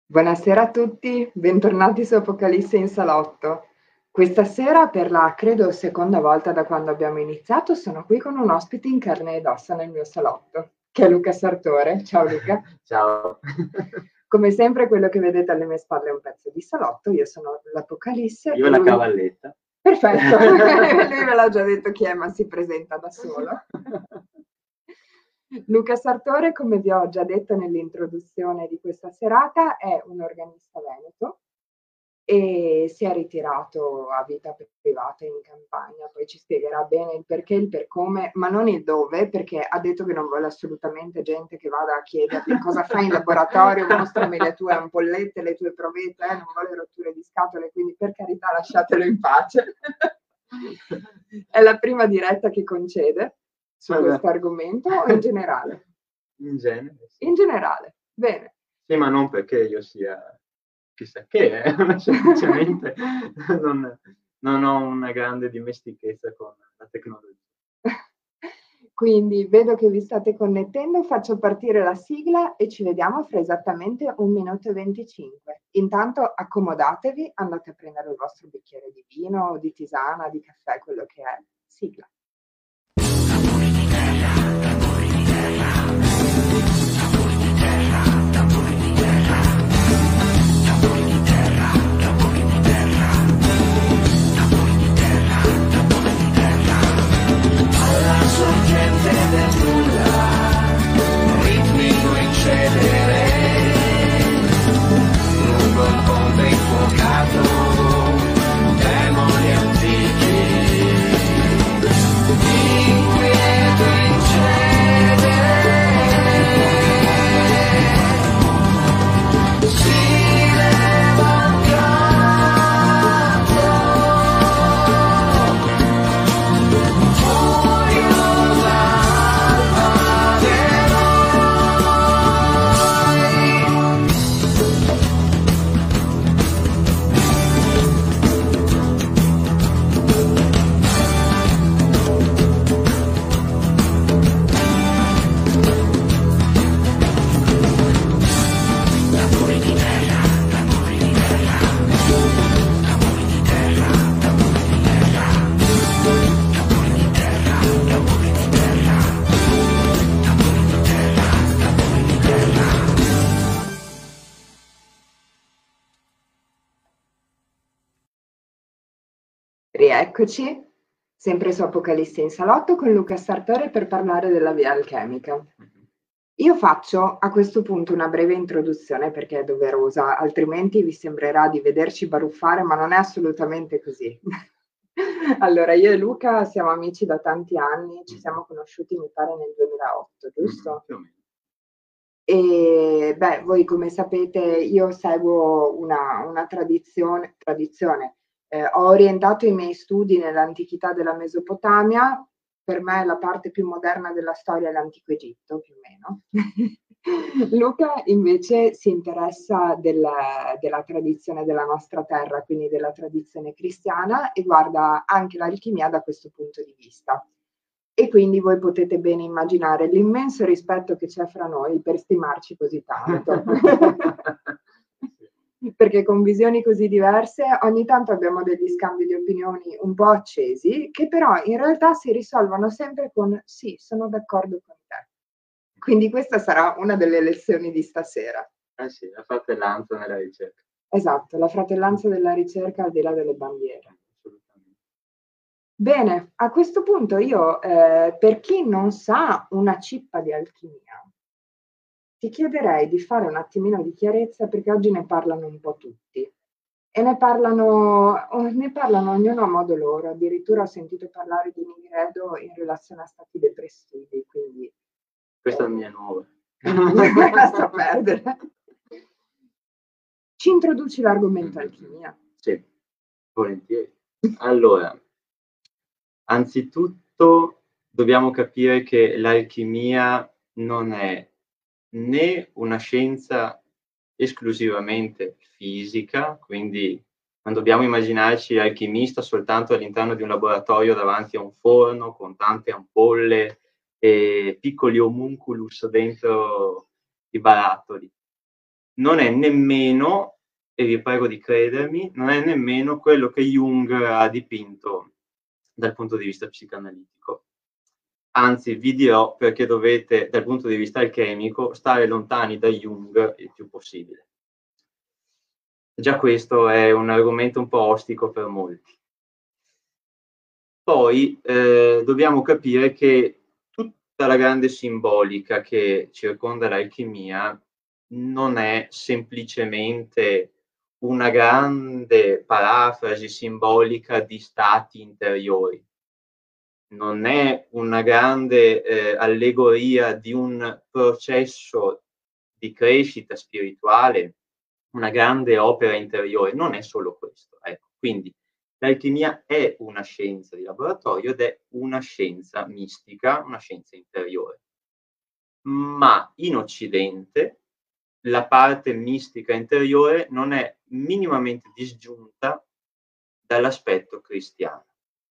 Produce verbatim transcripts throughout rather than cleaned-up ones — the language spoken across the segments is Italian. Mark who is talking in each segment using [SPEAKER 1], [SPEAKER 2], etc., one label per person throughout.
[SPEAKER 1] Buonasera a tutti, bentornati su Apocalisse in salotto. Questa sera, per la credo seconda volta da quando abbiamo iniziato, sono qui con un ospite in carne ed ossa nel mio salotto, che è Luca Sartore. Ciao Luca.
[SPEAKER 2] Ciao.
[SPEAKER 1] Come sempre, quello che vedete alle mie spalle è un pezzo di salotto, io sono l'Apocalisse.
[SPEAKER 2] Io
[SPEAKER 1] e
[SPEAKER 2] la
[SPEAKER 1] lui...
[SPEAKER 2] cavalletta.
[SPEAKER 1] Perfetto, lui me l'ha già detto chi è, ma si presenta da solo. Luca Sartore, come vi ho già detto nell'introduzione di questa serata, è un organista veneto e si è ritirato a vita privata in campagna. Poi ci spiegherà bene il perché, il per come, ma non il dove, perché ha detto che non vuole assolutamente gente che vada a chiedergli cosa fai in laboratorio, mostrami le tue ampollette, le tue provette, eh, non vuole rotture di scatole, quindi per carità lasciatelo in pace. È la prima diretta che concede su
[SPEAKER 2] Vabbè.
[SPEAKER 1] questo argomento o in generale?
[SPEAKER 2] In genere, sì.
[SPEAKER 1] In generale, bene.
[SPEAKER 2] Sì, ma non perché io sia chissà che, eh, semplicemente non, non ho una grande dimestichezza con la tecnologia.
[SPEAKER 1] Quindi vedo che vi state connettendo, faccio partire la sigla e ci vediamo fra esattamente un minuto e venticinque. Intanto accomodatevi, andate a prendere il vostro bicchiere di vino, di tisana, di caffè, quello che è. Sigla.
[SPEAKER 3] Alla sorgente del nulla, ritmico incedere, lungo il ponte infuocato, demoni antichi, inquieto incedere, si leva un pianto,
[SPEAKER 1] Rieccoci, sempre su Apocalisse in salotto con Luca Sartore per parlare della via alchemica. Io faccio a questo punto una breve introduzione perché è doverosa, altrimenti vi sembrerà di vederci baruffare, ma non è assolutamente così. Allora, io e Luca siamo amici da tanti anni, ci siamo conosciuti mi pare nel duemilaotto, giusto?
[SPEAKER 2] Più o meno.
[SPEAKER 1] E beh, voi come sapete io seguo una, una tradizione, tradizione. Eh, ho orientato i miei studi nell'antichità della Mesopotamia, per me la parte più moderna della storia è l'antico Egitto, più o meno. Luca invece si interessa del, della tradizione della nostra terra, quindi della tradizione cristiana, e guarda anche l'alchimia da questo punto di vista. E quindi voi potete bene immaginare l'immenso rispetto che c'è fra noi per stimarci così tanto. Perché con visioni così diverse ogni tanto abbiamo degli scambi di opinioni un po' accesi, che però in realtà si risolvono sempre con sì, sono d'accordo con te. Quindi questa sarà una delle lezioni di stasera.
[SPEAKER 2] Eh sì, la fratellanza nella ricerca.
[SPEAKER 1] Esatto, la fratellanza della ricerca al di là delle bandiere.
[SPEAKER 2] Assolutamente.
[SPEAKER 1] Bene, a questo punto io, eh, per chi non sa una cippa di alchimia, ti chiederei di fare un attimino di chiarezza perché oggi ne parlano un po' tutti e ne parlano, ne parlano ognuno a modo loro, addirittura ho sentito parlare di Nigredo in relazione a stati depressivi, quindi...
[SPEAKER 2] Questa è la mia nuova.
[SPEAKER 1] Lascia perdere. Ci introduci l'argomento alchimia?
[SPEAKER 2] Sì, volentieri. Allora, anzitutto dobbiamo capire che l'alchimia non è né una scienza esclusivamente fisica, quindi non dobbiamo immaginarci l'alchimista soltanto all'interno di un laboratorio davanti a un forno con tante ampolle e piccoli homunculus dentro i barattoli. non è nemmeno, e vi prego di credermi, non è nemmeno quello che Jung ha dipinto dal punto di vista psicanalitico. Anzi, vi dirò perché dovete, dal punto di vista alchemico, stare lontani da Jung il più possibile. Già questo è un argomento un po' ostico per molti. Poi eh, dobbiamo capire che tutta la grande simbolica che circonda l'alchimia non è semplicemente una grande parafrasi simbolica di stati interiori, non è una grande eh, allegoria di un processo di crescita spirituale, una grande opera interiore, non è solo questo. Ecco, quindi l'alchimia è una scienza di laboratorio ed è una scienza mistica, una scienza interiore. Ma in Occidente la parte mistica interiore non è minimamente disgiunta dall'aspetto cristiano.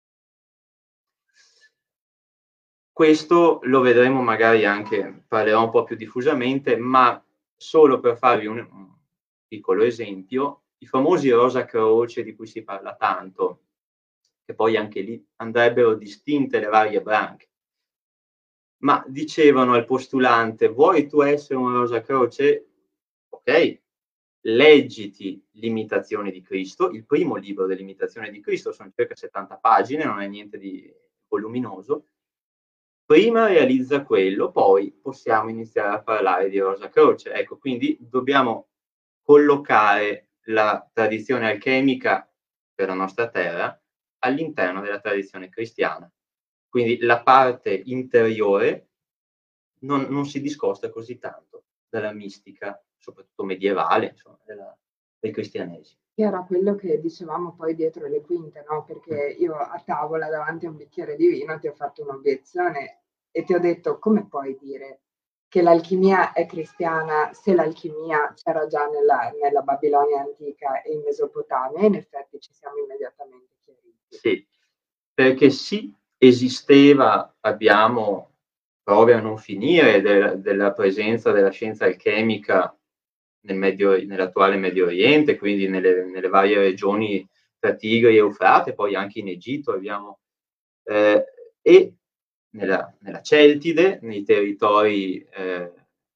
[SPEAKER 2] Questo lo vedremo magari anche, parlerò un po' più diffusamente, ma solo per farvi un, un piccolo esempio, i famosi Rosa Croce di cui si parla tanto, che poi anche lì andrebbero distinte le varie branche, ma dicevano al postulante: vuoi tu essere un Rosa Croce? Ok, leggiti l'Imitazione di Cristo, il primo libro dell'Imitazione di Cristo, sono circa settanta pagine, non è niente di voluminoso. Prima realizza quello, poi possiamo iniziare a parlare di Rosa Croce. Ecco, quindi dobbiamo collocare la tradizione alchemica per la nostra terra all'interno della tradizione cristiana. Quindi la parte interiore non, non si discosta così tanto dalla mistica, soprattutto medievale, insomma, della, del cristianesimo.
[SPEAKER 1] Che era quello che dicevamo poi dietro le quinte, no? Perché io a tavola davanti a un bicchiere di vino ti ho fatto un'obiezione e ti ho detto: come puoi dire che l'alchimia è cristiana se l'alchimia c'era già nella, nella Babilonia antica e in Mesopotamia? E in effetti ci siamo immediatamente chiariti.
[SPEAKER 2] Sì, perché sì, esisteva, abbiamo prove a non finire del, della presenza della scienza alchemica nel Medio, nell'attuale Medio Oriente, quindi nelle, nelle varie regioni tra Tigri e Eufrate, poi anche in Egitto abbiamo, eh, e nella, nella Celtide, nei territori eh,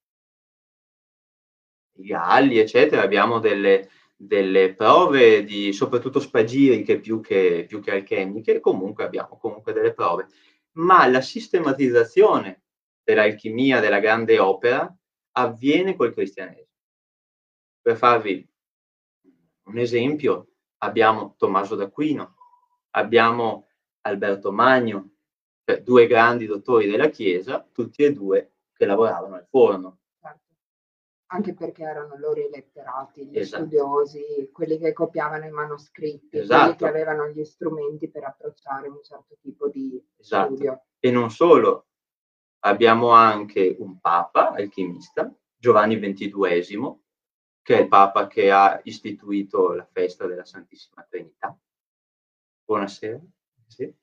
[SPEAKER 2] di Galli, eccetera, abbiamo delle, delle prove di, soprattutto spagiriche più che, più che alchemiche, comunque abbiamo comunque delle prove. Ma la sistematizzazione dell'alchimia, della grande opera, avviene col cristianesimo. Per farvi un esempio, abbiamo Tommaso d'Aquino, abbiamo Alberto Magno, cioè due grandi dottori della Chiesa, tutti e due che lavoravano al forno.
[SPEAKER 1] Certo. Anche perché erano loro i letterati, gli
[SPEAKER 2] Esatto.
[SPEAKER 1] studiosi, quelli che copiavano i manoscritti,
[SPEAKER 2] Esatto.
[SPEAKER 1] quelli che avevano gli strumenti per approcciare un certo tipo di
[SPEAKER 2] Esatto.
[SPEAKER 1] studio.
[SPEAKER 2] E non solo, abbiamo anche un papa alchimista, Giovanni ventiduesimo, che è il papa che ha istituito la festa della Santissima Trinità. Buonasera. Sì.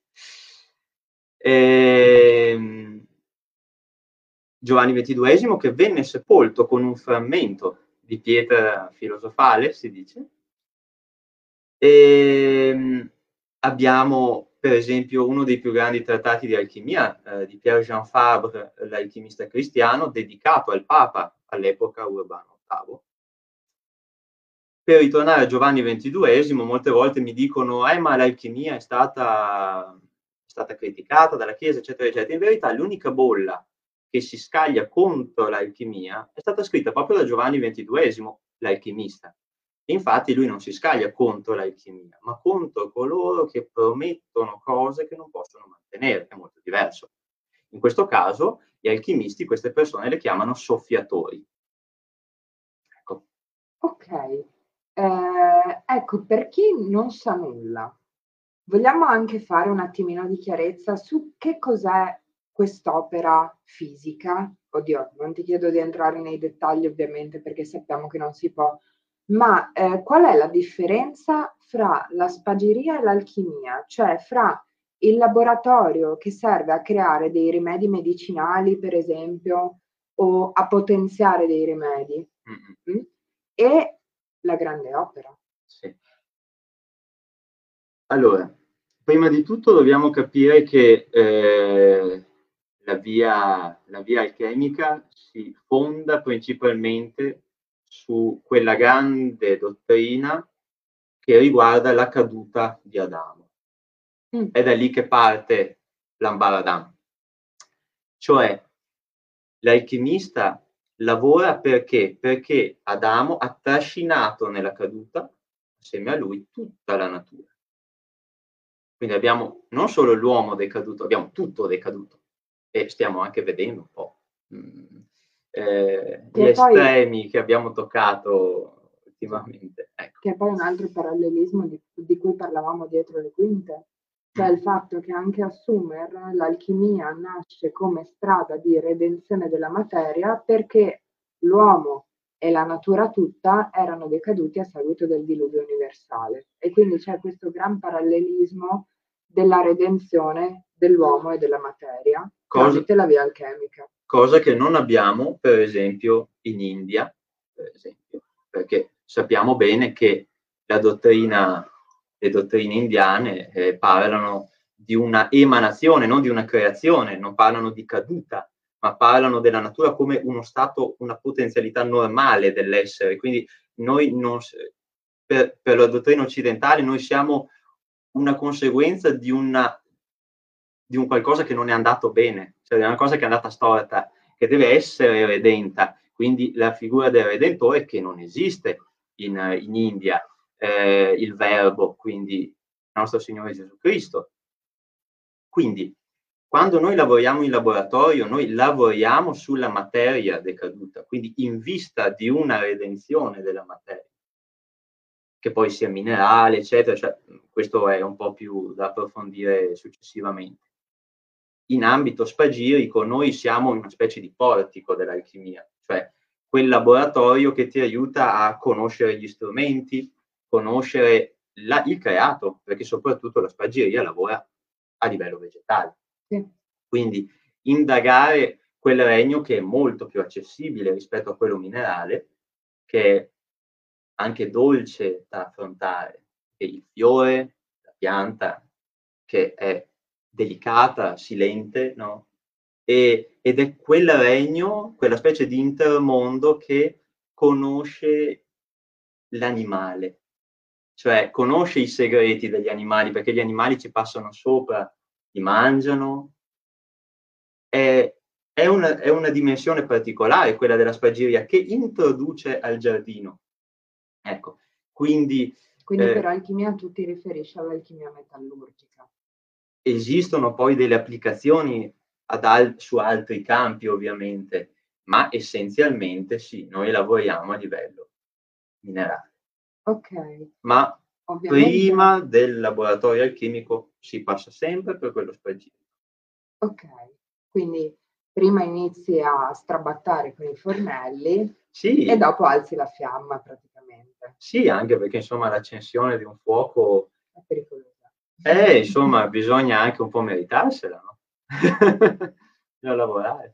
[SPEAKER 2] E, Giovanni ventiduesimo che venne sepolto con un frammento di pietra filosofale, si dice. E abbiamo per esempio uno dei più grandi trattati di alchimia eh, di Pierre Jean Fabre, l'alchimista cristiano, dedicato al Papa all'epoca Urbano ottavo. Per ritornare a Giovanni ventiduesimo, molte volte mi dicono eh, ma l'alchimia è stata, è stata criticata dalla Chiesa, eccetera, eccetera. In verità l'unica bolla che si scaglia contro l'alchimia è stata scritta proprio da Giovanni ventiduesimo, l'alchimista. Infatti lui non si scaglia contro l'alchimia, ma contro coloro che promettono cose che non possono mantenere, è molto diverso. In questo caso gli alchimisti queste persone le chiamano soffiatori. Ecco.
[SPEAKER 1] Ok, eh, ecco, per chi non sa nulla, vogliamo anche fare un attimino di chiarezza su che cos'è quest'opera fisica? Oddio, non ti chiedo di entrare nei dettagli ovviamente perché sappiamo che non si può, ma eh, qual è la differenza fra la spagieria e l'alchimia? Cioè fra il laboratorio che serve a creare dei rimedi medicinali, per esempio, o a potenziare dei rimedi,
[SPEAKER 2] Mm-hmm.
[SPEAKER 1] mm? e la grande opera.
[SPEAKER 2] Sì. Allora, prima di tutto dobbiamo capire che eh, la via, la via alchemica si fonda principalmente su quella grande dottrina che riguarda la caduta di Adamo.
[SPEAKER 1] Mm.
[SPEAKER 2] È da lì che parte l'Ambaradam. Cioè, l'alchimista lavora perché? Perché Adamo ha trascinato nella caduta, assieme a lui, tutta la natura. Quindi abbiamo non solo l'uomo decaduto, abbiamo tutto decaduto e stiamo anche vedendo un po' mm, eh, gli
[SPEAKER 1] Che poi,
[SPEAKER 2] estremi che abbiamo toccato ultimamente. Ecco.
[SPEAKER 1] che è poi un altro parallelismo di, di cui parlavamo dietro le quinte, cioè il fatto che anche a Sumer l'alchimia nasce come strada di redenzione della materia perché l'uomo e la natura tutta erano decaduti a seguito del diluvio universale. E quindi c'è questo gran parallelismo della redenzione dell'uomo e della materia
[SPEAKER 2] Cosa,
[SPEAKER 1] tramite la via alchemica.
[SPEAKER 2] cosa che non abbiamo, per esempio, in India, per esempio, perché sappiamo bene che la dottrina, le dottrine indiane eh, parlano di una emanazione, non di una creazione, non parlano di caduta, ma parlano della natura come uno stato, una potenzialità normale dell'essere. Quindi noi non, per, per la dottrina occidentale noi siamo una conseguenza di, una, di un qualcosa che non è andato bene, cioè di una cosa che è andata storta, che deve essere redenta. Quindi la figura del Redentore che non esiste in, in India, eh, il verbo, quindi il nostro Signore Gesù Cristo. Quindi, quando noi lavoriamo in laboratorio, noi lavoriamo sulla materia decaduta, quindi in vista di una redenzione della materia, che poi sia minerale, eccetera, cioè, questo è un po' più da approfondire successivamente. In ambito spagirico noi siamo una specie di portico dell'alchimia, cioè quel laboratorio che ti aiuta a conoscere gli strumenti, conoscere la, il creato, perché soprattutto la spagiria lavora a livello vegetale.
[SPEAKER 1] Sì.
[SPEAKER 2] Quindi indagare quel regno che è molto più accessibile rispetto a quello minerale, che è anche dolce da affrontare, e il fiore, la pianta, che è delicata, silente, no? E, ed è quel regno, quella specie di intermondo che conosce l'animale, cioè conosce i segreti degli animali, perché gli animali ci passano sopra, li mangiano. È, è, una, è una dimensione particolare quella della spagiria che introduce al giardino. Ecco, quindi
[SPEAKER 1] Quindi
[SPEAKER 2] eh,
[SPEAKER 1] per alchimia tu ti riferisci all'alchimia metallurgica.
[SPEAKER 2] esistono poi delle applicazioni ad al- su altri campi ovviamente, ma essenzialmente sì, noi lavoriamo a livello minerale.
[SPEAKER 1] Ok.
[SPEAKER 2] Ma
[SPEAKER 1] Ovviamente,
[SPEAKER 2] prima del laboratorio alchimico si passa sempre per quello spagirico.
[SPEAKER 1] ok, quindi prima inizi a strabattare con i fornelli
[SPEAKER 2] Sì,
[SPEAKER 1] e dopo alzi la fiamma praticamente.
[SPEAKER 2] sì, anche perché insomma l'accensione di un fuoco,
[SPEAKER 1] È pericolosa.
[SPEAKER 2] eh, insomma, bisogna anche un po' meritarsela, no? Bisogna lavorare.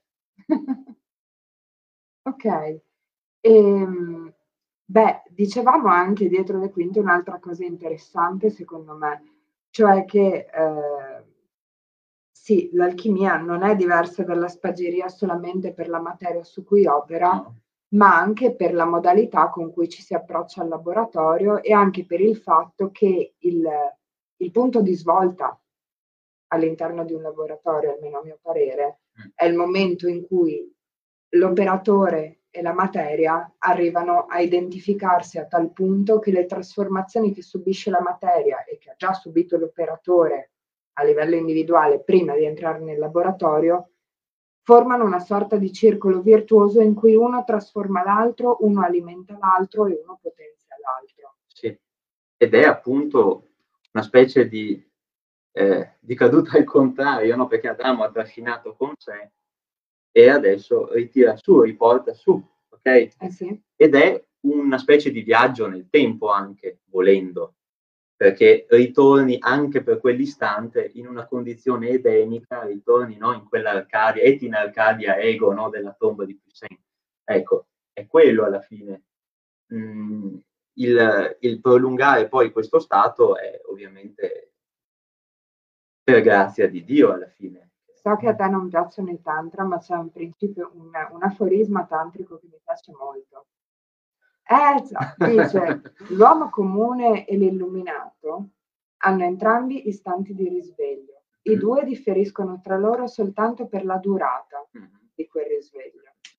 [SPEAKER 1] Ok. Ehm, beh, dicevamo anche dietro le quinte un'altra cosa interessante secondo me, cioè che eh, sì, l'alchimia non è diversa dalla spagieria solamente per la materia su cui opera,
[SPEAKER 2] No.
[SPEAKER 1] ma anche per la modalità con cui ci si approccia al laboratorio e anche per il fatto che il, il punto di svolta all'interno di un laboratorio, almeno a mio parere,
[SPEAKER 2] Mm.
[SPEAKER 1] è il momento in cui l'operatore e la materia arrivano a identificarsi a tal punto che le trasformazioni che subisce la materia e che ha già subito l'operatore a livello individuale prima di entrare nel laboratorio formano una sorta di circolo virtuoso in cui uno trasforma l'altro, uno alimenta l'altro e uno potenzia l'altro.
[SPEAKER 2] Sì. Ed è appunto una specie di, eh, di caduta al contrario, no? Perché Adamo ha trascinato con sé e adesso ritira su, riporta su, ok?
[SPEAKER 1] Eh sì.
[SPEAKER 2] Ed è una specie di viaggio nel tempo anche, volendo, perché ritorni anche per quell'istante in una condizione edenica, ritorni, no? In quell'Arcadia, et in Arcadia ego, no? Della tomba di Poussin. Ecco, è quello alla fine mh, il, il prolungare poi questo stato è ovviamente per grazia di Dio alla fine.
[SPEAKER 1] So che a te non piacciono i tantra, ma c'è un principio, un, un aforisma tantrico che mi piace molto. Eh già, dice, l'uomo comune e l'illuminato hanno entrambi istanti di risveglio. I due differiscono tra loro soltanto per la durata di quel risveglio.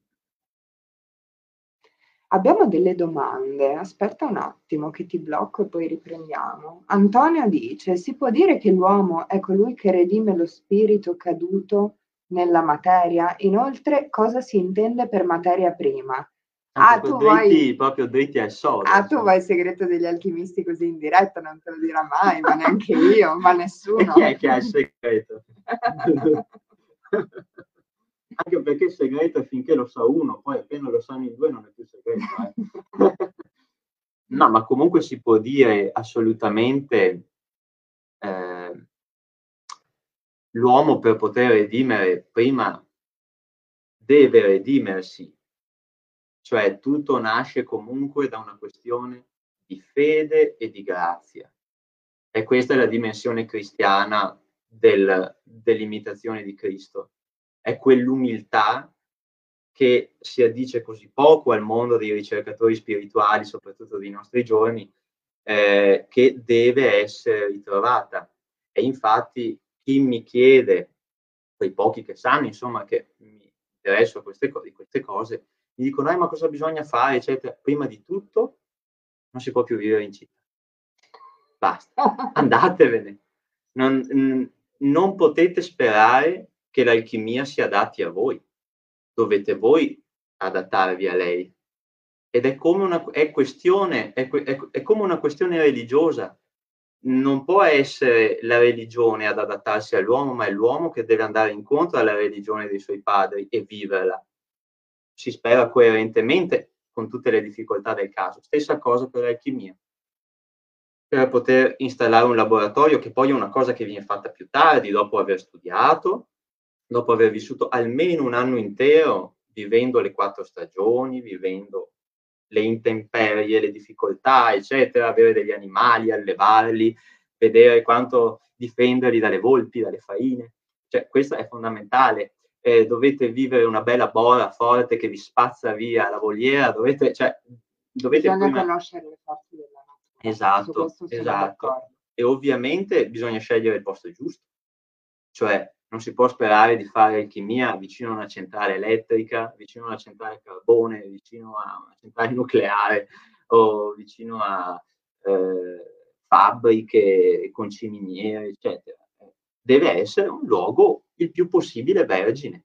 [SPEAKER 1] Abbiamo delle domande, aspetta un attimo che ti blocco e poi riprendiamo. Antonio dice, si può dire che l'uomo è colui che redime lo spirito caduto nella materia? Inoltre, cosa si intende per materia prima? Ah, tu
[SPEAKER 2] dritti,
[SPEAKER 1] vuoi...
[SPEAKER 2] proprio dritti al sodo.
[SPEAKER 1] Ah, tu vuoi il segreto degli alchimisti così in diretta, non te lo dirà mai, ma neanche io, ma nessuno.
[SPEAKER 2] E chi è che ha il segreto? Anche perché il segreto è finché lo sa uno, poi appena lo sanno in due non è più segreto. Eh. No, ma comunque si può dire assolutamente eh, l'uomo per poter redimere prima deve redimersi, cioè tutto nasce comunque da una questione di fede e di grazia. E questa è la dimensione cristiana del, dell'imitazione di Cristo. È quell'umiltà che si addice così poco al mondo dei ricercatori spirituali, soprattutto dei nostri giorni, eh, che deve essere ritrovata. E infatti chi mi chiede, quei pochi che sanno, insomma, che mi interesso queste co- di queste cose, mi dicono, eh, ma cosa bisogna fare, eccetera. Prima di tutto, non si può più vivere in città. Basta, andatevene. Non, n- non potete sperare che l'alchimia si adatti a voi. Dovete voi adattarvi a lei. Ed è come una è questione, è, è, è come una questione religiosa. Non può essere la religione ad adattarsi all'uomo, ma è l'uomo che deve andare incontro alla religione dei suoi padri e viverla. Si spera coerentemente con tutte le difficoltà del caso. Stessa cosa per l'alchimia. Per poter installare un laboratorio, che poi è una cosa che viene fatta più tardi, dopo aver studiato, dopo aver vissuto almeno un anno intero, vivendo le quattro stagioni, vivendo le intemperie, le difficoltà, eccetera, avere degli animali, allevarli, vedere quanto difenderli dalle volpi, dalle faine. Cioè, questo è fondamentale. Eh, dovete vivere una bella bora forte che vi spazza via la voliera, dovete, cioè, dovete
[SPEAKER 1] Bisogna
[SPEAKER 2] prima...
[SPEAKER 1] conoscere le forze della natura.
[SPEAKER 2] Esatto,
[SPEAKER 1] Su questo sono
[SPEAKER 2] esatto.
[SPEAKER 1] d'accordo.
[SPEAKER 2] E ovviamente bisogna scegliere il posto giusto. Cioè, non si può sperare di fare alchimia vicino a una centrale elettrica, vicino a una centrale carbone, vicino a una centrale nucleare o vicino a eh, fabbriche con ciminiere, eccetera. Deve essere un luogo il più possibile vergine.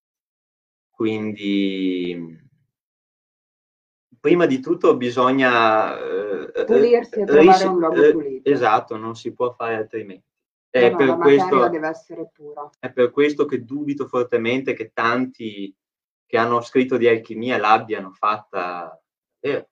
[SPEAKER 2] Quindi, prima di tutto bisogna eh,
[SPEAKER 1] Pulirsi e
[SPEAKER 2] ris-
[SPEAKER 1] trovare un luogo
[SPEAKER 2] eh,
[SPEAKER 1] pulito.
[SPEAKER 2] esatto, non si può fare altrimenti.
[SPEAKER 1] No,
[SPEAKER 2] È
[SPEAKER 1] no,
[SPEAKER 2] per
[SPEAKER 1] la materia
[SPEAKER 2] questo,
[SPEAKER 1] deve essere pura.
[SPEAKER 2] è per questo che dubito fortemente che tanti che hanno scritto di alchimia l'abbiano fatta davvero.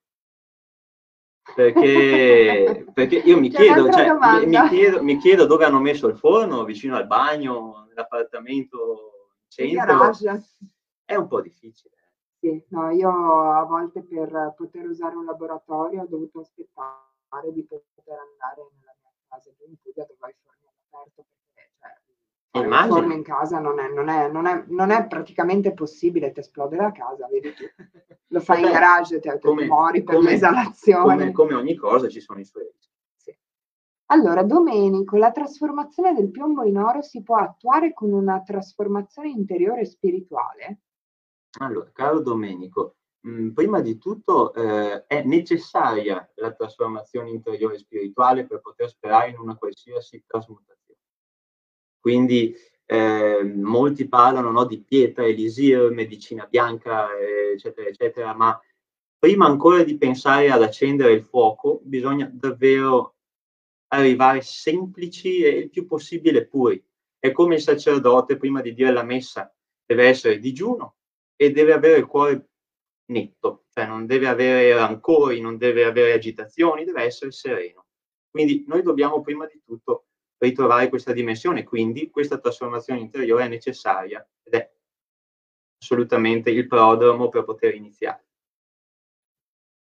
[SPEAKER 2] Perché, perché io mi
[SPEAKER 1] C'è
[SPEAKER 2] chiedo,
[SPEAKER 1] un'altra
[SPEAKER 2] cioè, mi, mi
[SPEAKER 1] domanda.
[SPEAKER 2] chiedo, mi chiedo dove hanno messo il forno, vicino al bagno, nell'appartamento in
[SPEAKER 1] Il
[SPEAKER 2] centro.
[SPEAKER 1] garage.
[SPEAKER 2] È un po' difficile.
[SPEAKER 1] Sì, no, io a volte per poter usare un laboratorio ho dovuto aspettare di poter andare nella mia casa giù in Puglia dove ho il forno all'aperto perché cioè, fare un
[SPEAKER 2] Immagino.
[SPEAKER 1] forno in casa non è, non è, non è, non è praticamente possibile, ti esplode la casa, vedi tu. Lo fai in
[SPEAKER 2] Vabbè,
[SPEAKER 1] garage, te, te
[SPEAKER 2] come-
[SPEAKER 1] muori per
[SPEAKER 2] come-
[SPEAKER 1] l'esalazione.
[SPEAKER 2] Come, come ogni cosa ci sono i suoi rischi.
[SPEAKER 1] Sì. Allora, Domenico, la trasformazione del piombo in oro si può attuare con una trasformazione interiore spirituale?
[SPEAKER 2] Allora, caro Domenico, mh, prima di tutto eh, è necessaria la trasformazione interiore spirituale per poter sperare in una qualsiasi trasmutazione. Quindi eh, molti parlano, no, di pietra, elisir, medicina bianca, eh, eccetera, eccetera, ma prima ancora di pensare ad accendere il fuoco, bisogna davvero arrivare semplici e il più possibile puri. È come il sacerdote, prima di dire la messa, deve essere digiuno e deve avere il cuore netto, cioè non deve avere rancori, non deve avere agitazioni, deve essere sereno. Quindi noi dobbiamo prima di tutto ritrovare questa dimensione, quindi questa trasformazione interiore è necessaria ed è assolutamente il prodromo per poter iniziare.
[SPEAKER 1] Oh,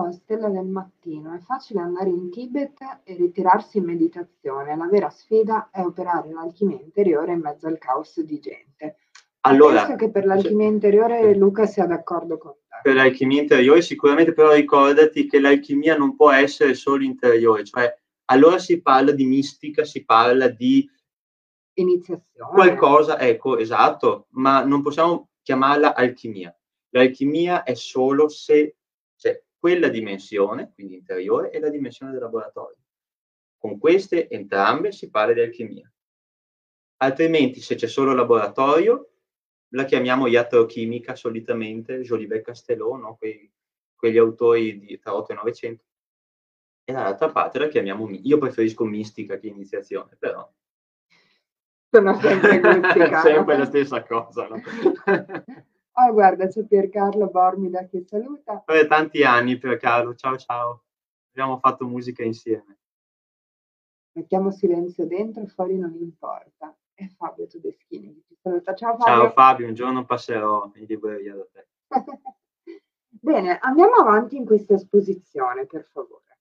[SPEAKER 1] Ciao, Stella del mattino. È facile andare in Tibet e ritirarsi in meditazione. La vera sfida è operare l'alchimia interiore in mezzo al caos di gente. E
[SPEAKER 2] Allora,
[SPEAKER 1] penso che per
[SPEAKER 2] se-
[SPEAKER 1] l'alchimia interiore Luca sia d'accordo con te.
[SPEAKER 2] per l'alchimia interiore sicuramente, però ricordati che l'alchimia non può essere solo interiore, cioè allora si parla di mistica, si parla di
[SPEAKER 1] Iniziazione.
[SPEAKER 2] qualcosa, ecco, esatto, ma non possiamo chiamarla alchimia. L'alchimia è solo se c'è quella dimensione, quindi interiore, e la dimensione del laboratorio. Con queste entrambe si parla di alchimia. Altrimenti, se c'è solo laboratorio, la chiamiamo iatrochimica solitamente, Jolivet Castelot, no? Quei, quegli autori di tra otto e novecento. E dall'altra parte la chiamiamo, mi- io preferisco mistica che iniziazione, però
[SPEAKER 1] Sono sempre gusti, caro.
[SPEAKER 2] sempre la stessa cosa, no?
[SPEAKER 1] Oh, guarda, c'è Piercarlo Bormida che saluta.
[SPEAKER 2] Vabbè, tanti anni per Carlo, ciao ciao. Abbiamo fatto musica insieme.
[SPEAKER 1] Mettiamo silenzio dentro, fuori non importa. È Fabio Todeschini che ci saluta. Ciao Fabio.
[SPEAKER 2] Ciao Fabio, un giorno passerò in libreria da te.
[SPEAKER 1] Bene, andiamo avanti in questa esposizione, per favore.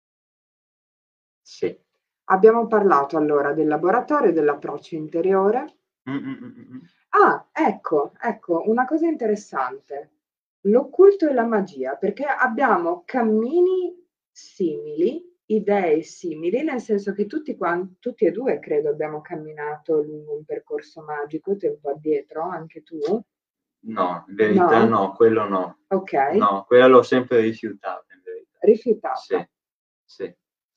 [SPEAKER 2] Sì.
[SPEAKER 1] Abbiamo parlato allora del laboratorio, dell'approccio interiore.
[SPEAKER 2] Mm, mm, mm, mm.
[SPEAKER 1] Ah, ecco, ecco, una cosa interessante. L'occulto e la magia, perché abbiamo cammini simili, idee simili, nel senso che tutti, quan- tutti e due credo abbiamo camminato lungo un percorso magico, tempo addietro, anche tu.
[SPEAKER 2] No, in verità
[SPEAKER 1] No?
[SPEAKER 2] no, quello no.
[SPEAKER 1] Ok,
[SPEAKER 2] No, quello l'ho sempre rifiutato in verità.
[SPEAKER 1] rifiutato.
[SPEAKER 2] Sì, sì.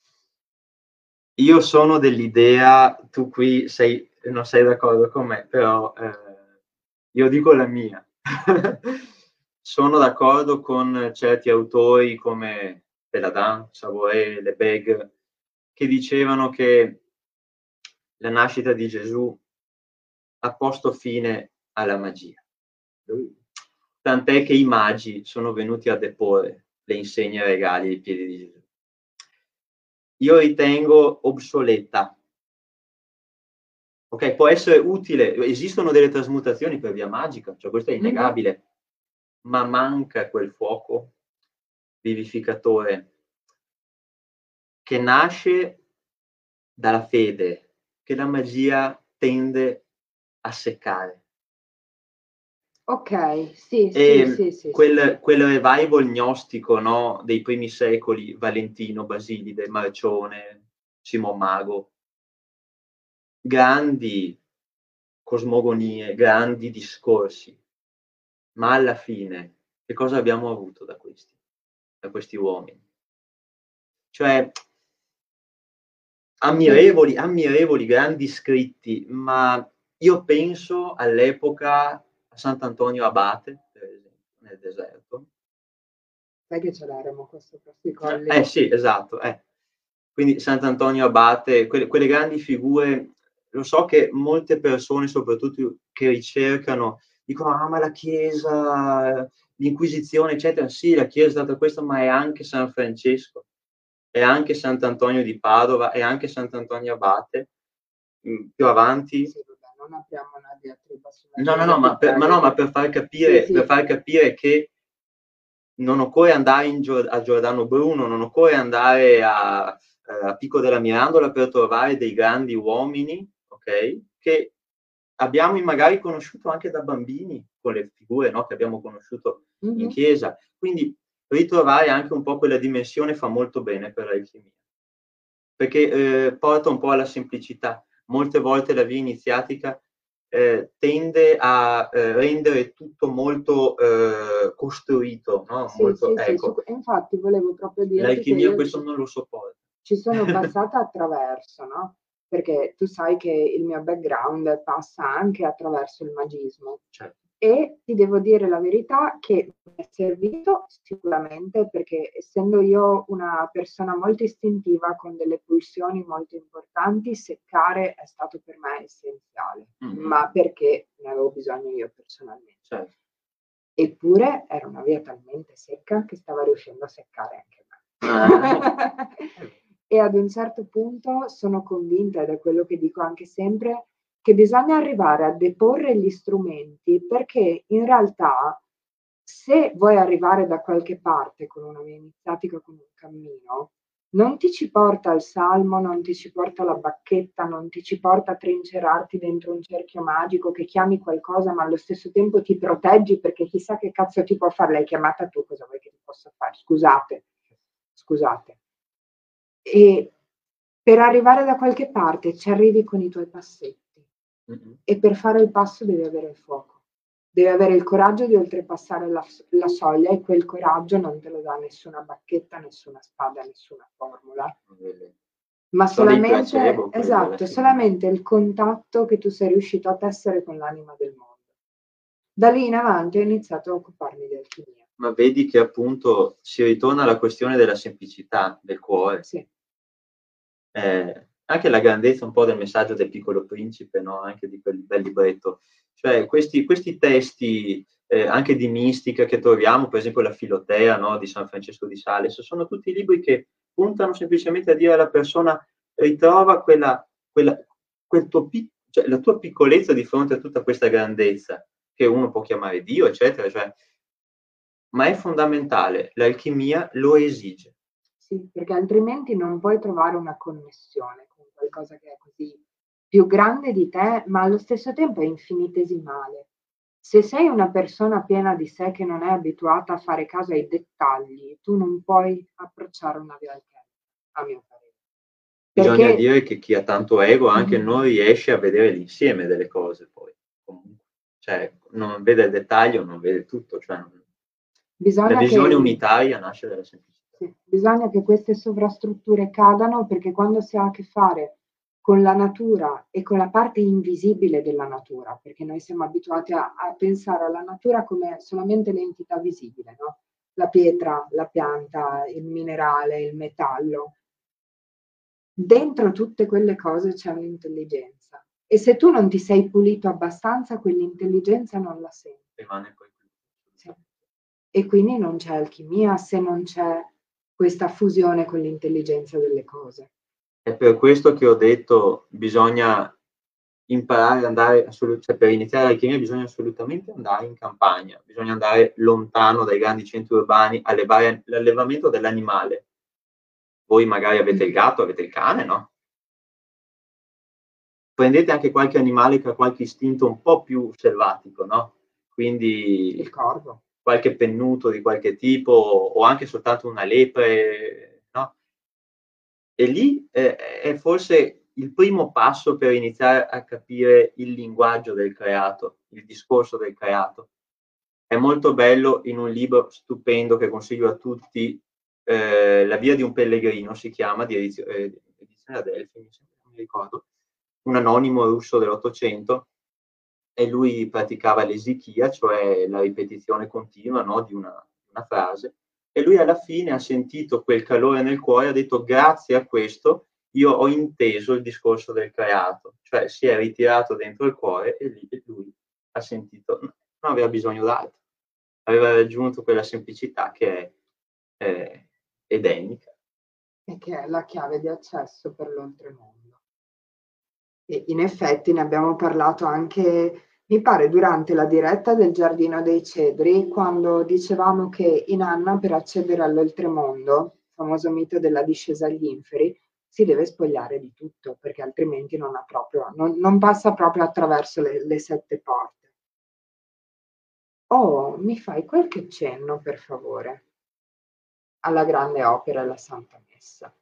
[SPEAKER 2] Io sono dell'idea, tu qui sei, non sei d'accordo con me, però eh, io dico la mia. Sono d'accordo con certi autori come Peladin, Savoret, Lebègue, che dicevano che la nascita di Gesù ha posto fine alla magia. Tant'è che i magi sono venuti a deporre le insegne regali ai piedi di Gesù. Io ritengo obsoleta. Ok, può essere utile, esistono delle trasmutazioni per via magica, cioè questo è innegabile, mm-hmm. Ma manca quel fuoco vivificatore che nasce dalla fede, che la magia tende a seccare.
[SPEAKER 1] Ok, sì,
[SPEAKER 2] E
[SPEAKER 1] sì, sì, sì,
[SPEAKER 2] quel,
[SPEAKER 1] sì.
[SPEAKER 2] quel revival gnostico, no, dei primi secoli, Valentino, Basilide, Marcione, Simon Mago, grandi cosmogonie, grandi discorsi, ma alla fine che cosa abbiamo avuto da questi, da questi uomini? Cioè, ammirevoli, ammirevoli, grandi scritti, ma io penso all'epoca a Sant'Antonio Abate, per esempio, nel deserto.
[SPEAKER 1] Sai che ce l'eremo questo questi colli?
[SPEAKER 2] Eh sì, esatto. Eh. Quindi Sant'Antonio Abate, quelle, quelle grandi figure, lo so che molte persone, soprattutto che ricercano, dicono, ah ma la Chiesa, l'Inquisizione, eccetera. Sì, la Chiesa è stata questa, ma è anche San Francesco, è anche Sant'Antonio di Padova, è anche Sant'Antonio Abate. Più avanti.
[SPEAKER 1] Sì, vabbè, non apriamo una diatriba sulla
[SPEAKER 2] No, no,
[SPEAKER 1] Chiesa,
[SPEAKER 2] no, ma per, ma no, ma per far capire,
[SPEAKER 1] sì, sì.
[SPEAKER 2] per far capire che non occorre andare in Giord- a Giordano Bruno, non occorre andare a, a Pico della Mirandola per trovare dei grandi uomini, ok? Che abbiamo magari conosciuto anche da bambini, con le figure, no, che abbiamo conosciuto mm-hmm. in chiesa. Quindi ritrovare anche un po' quella dimensione fa molto bene per l'alchimia, perché eh, porta un po' alla semplicità. Molte volte la via iniziatica eh, tende a eh, rendere tutto molto eh, costruito, no?
[SPEAKER 1] Sì,
[SPEAKER 2] molto,
[SPEAKER 1] sì,
[SPEAKER 2] ecco.
[SPEAKER 1] sì, infatti volevo proprio dire
[SPEAKER 2] l'alchimia
[SPEAKER 1] che
[SPEAKER 2] questo
[SPEAKER 1] ci,
[SPEAKER 2] non lo sopporta.
[SPEAKER 1] Ci sono passata attraverso, no? Perché tu sai che il mio background passa anche attraverso il magismo.
[SPEAKER 2] Certo.
[SPEAKER 1] E ti devo dire la verità che mi è servito sicuramente, perché essendo io una persona molto istintiva con delle pulsioni molto importanti, seccare è stato per me essenziale, mm-hmm. ma perché ne avevo bisogno io personalmente.
[SPEAKER 2] Certo.
[SPEAKER 1] Eppure era una via talmente secca che stava riuscendo a seccare anche me. E ad un certo punto sono convinta, ed è quello che dico anche sempre, che bisogna arrivare a deporre gli strumenti, perché in realtà se vuoi arrivare da qualche parte con una via iniziatica, con un cammino, non ti ci porta il salmo, non ti ci porta la bacchetta, non ti ci porta a trincerarti dentro un cerchio magico che chiami qualcosa, ma allo stesso tempo ti proteggi perché chissà che cazzo ti può fare. L'hai chiamata tu, cosa vuoi che ti possa fare? Scusate, scusate. E per arrivare da qualche parte ci arrivi con i tuoi passetti.
[SPEAKER 2] Mm-mm.
[SPEAKER 1] E per fare il passo devi avere il fuoco. Devi avere il coraggio di oltrepassare la, la soglia, e quel coraggio non te lo dà nessuna bacchetta, nessuna spada, nessuna formula, ma
[SPEAKER 2] Sono dei
[SPEAKER 1] solamente,
[SPEAKER 2] placebo, quelli alla
[SPEAKER 1] esatto,
[SPEAKER 2] fine.
[SPEAKER 1] solamente il contatto che tu sei riuscito a tessere con l'anima del mondo. Da lì in avanti ho iniziato a occuparmi di alchimia.
[SPEAKER 2] Ma vedi che appunto si ritorna alla questione della semplicità del cuore.
[SPEAKER 1] Sì.
[SPEAKER 2] Eh, anche la grandezza un po' del messaggio del Piccolo Principe, no? Anche di quel bel libretto. Cioè questi, questi testi eh, anche di mistica che troviamo, per esempio la Filotea, no? Di San Francesco di Sales, sono tutti libri che puntano semplicemente a dire alla persona: ritrova quella, quella, quel tuo pic- cioè, la tua piccolezza di fronte a tutta questa grandezza, che uno può chiamare Dio, eccetera. Cioè, ma è fondamentale, l'alchimia lo esige.
[SPEAKER 1] Sì, perché altrimenti non puoi trovare una connessione con qualcosa che è così più grande di te, ma allo stesso tempo è infinitesimale. Se sei una persona piena di sé che non è abituata a fare caso ai dettagli, tu non puoi approcciare una via alchemica, a mio parere.
[SPEAKER 2] Bisogna
[SPEAKER 1] Perché
[SPEAKER 2] dire che chi ha tanto ego anche
[SPEAKER 1] Mhm.
[SPEAKER 2] non riesce a vedere l'insieme delle cose poi. Comunque. Cioè, non vede il dettaglio, non vede tutto. Cioè, non- la
[SPEAKER 1] bisogna
[SPEAKER 2] visione
[SPEAKER 1] che
[SPEAKER 2] unitaria nasce dalla semplicità.
[SPEAKER 1] Sì, bisogna che queste sovrastrutture cadano, perché quando si ha a che fare con la natura e con la parte invisibile della natura, perché noi siamo abituati a, a pensare alla natura come solamente l'entità visibile, no? La pietra, la pianta, il minerale, il metallo. Dentro tutte quelle cose c'è un'intelligenza, e se tu non ti sei pulito abbastanza, quell'intelligenza non la senti.
[SPEAKER 2] Rimane poi qui.
[SPEAKER 1] Sì. E quindi non c'è alchimia se non c'è questa fusione con l'intelligenza delle cose.
[SPEAKER 2] È per questo che ho detto bisogna imparare ad andare, assolut- cioè per iniziare l'alchimia bisogna assolutamente andare in campagna, bisogna andare lontano dai grandi centri urbani, allevare l'allevamento dell'animale. Voi magari avete il gatto, avete il cane, no? Prendete anche qualche animale che ha qualche istinto un po' più selvatico, no? Quindi
[SPEAKER 1] Il corvo.
[SPEAKER 2] qualche pennuto di qualche tipo o anche soltanto una lepre, no? E lì eh, è forse il primo passo per iniziare a capire il linguaggio del creato, il discorso del creato. È molto bello in un libro stupendo che consiglio a tutti, eh, La via di un pellegrino si chiama, di edizio- eh, edizione Adelphi, mi sembra, non mi ricordo, un anonimo russo dell'Ottocento, e lui praticava l'esichia, cioè la ripetizione continua, no, di una, una frase, e lui alla fine ha sentito quel calore nel cuore e ha detto: grazie a questo io ho inteso il discorso del creato, cioè si è ritirato dentro il cuore e lì lui ha sentito, non aveva bisogno d'altro, aveva raggiunto quella semplicità che è eh, edenica.
[SPEAKER 1] E che è la chiave di accesso per l'oltremondo. E in effetti ne abbiamo parlato anche, mi pare, durante la diretta del Giardino dei Cedri, quando dicevamo che Inanna, per accedere all'oltremondo, il famoso mito della discesa agli inferi, si deve spogliare di tutto, perché altrimenti non, ha proprio, non, non passa proprio attraverso le, le sette porte. Oh, mi fai qualche cenno, per favore, alla grande opera e alla Santa Messa.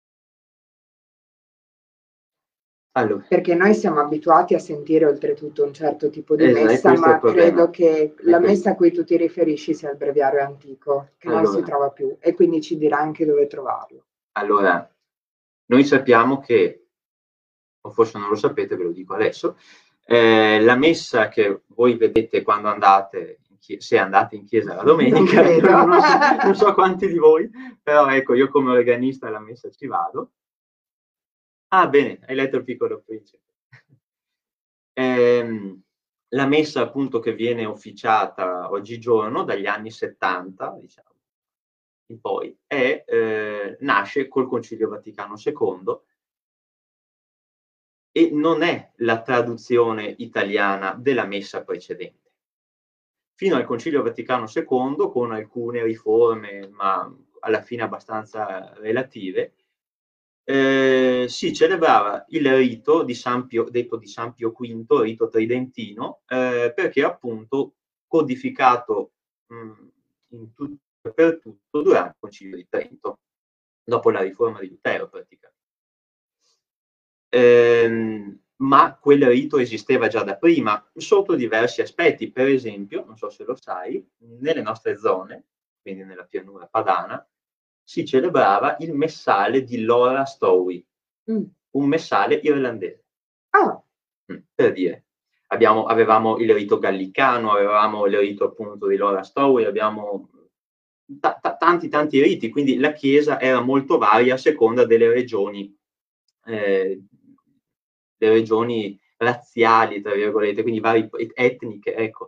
[SPEAKER 2] Allora,
[SPEAKER 1] Perché noi siamo abituati a sentire oltretutto un certo tipo di
[SPEAKER 2] esatto,
[SPEAKER 1] messa,
[SPEAKER 2] questo è il
[SPEAKER 1] ma credo
[SPEAKER 2] problema.
[SPEAKER 1] che
[SPEAKER 2] È
[SPEAKER 1] la
[SPEAKER 2] questo.
[SPEAKER 1] messa a cui tu ti riferisci sia il breviario antico, che non si
[SPEAKER 2] Allora,
[SPEAKER 1] trova più, e quindi ci dirà anche dove trovarlo.
[SPEAKER 2] allora, noi sappiamo che, o forse non lo sapete, ve lo dico adesso, eh, la messa che voi vedete quando andate, in chie- se andate in chiesa la
[SPEAKER 1] Non
[SPEAKER 2] domenica,
[SPEAKER 1] credo.
[SPEAKER 2] io non so, non so quanti di voi, però ecco, io come organista alla messa ci vado. Ah, bene, hai letto Il Piccolo Principe. Ehm, la messa appunto che viene officiata oggigiorno dagli anni settanta, diciamo, in poi, è, eh, nasce col Concilio Vaticano secondo e non è la traduzione italiana della messa precedente. fino al Concilio Vaticano secondo, con alcune riforme, ma alla fine abbastanza relative, eh, si celebrava il rito di San Pio, detto di San Pio V, rito tridentino, eh, perché appunto codificato mh, in tutto e per tutto durante il Concilio di Trento, dopo la riforma di Lutero praticamente. Ehm, ma quel rito esisteva già da prima, sotto diversi aspetti. Per esempio, non so se lo sai, nelle nostre zone, quindi nella pianura padana, si celebrava il messale di Lora Stowe,
[SPEAKER 1] Mm.
[SPEAKER 2] un messale irlandese.
[SPEAKER 1] Ah,
[SPEAKER 2] Mm, per dire, abbiamo, avevamo il rito gallicano, avevamo il rito appunto di Lora Stowe, abbiamo ta- ta- tanti tanti riti, quindi la Chiesa era molto varia a seconda delle regioni, eh, le regioni razziali, tra virgolette, quindi vari etniche, ecco.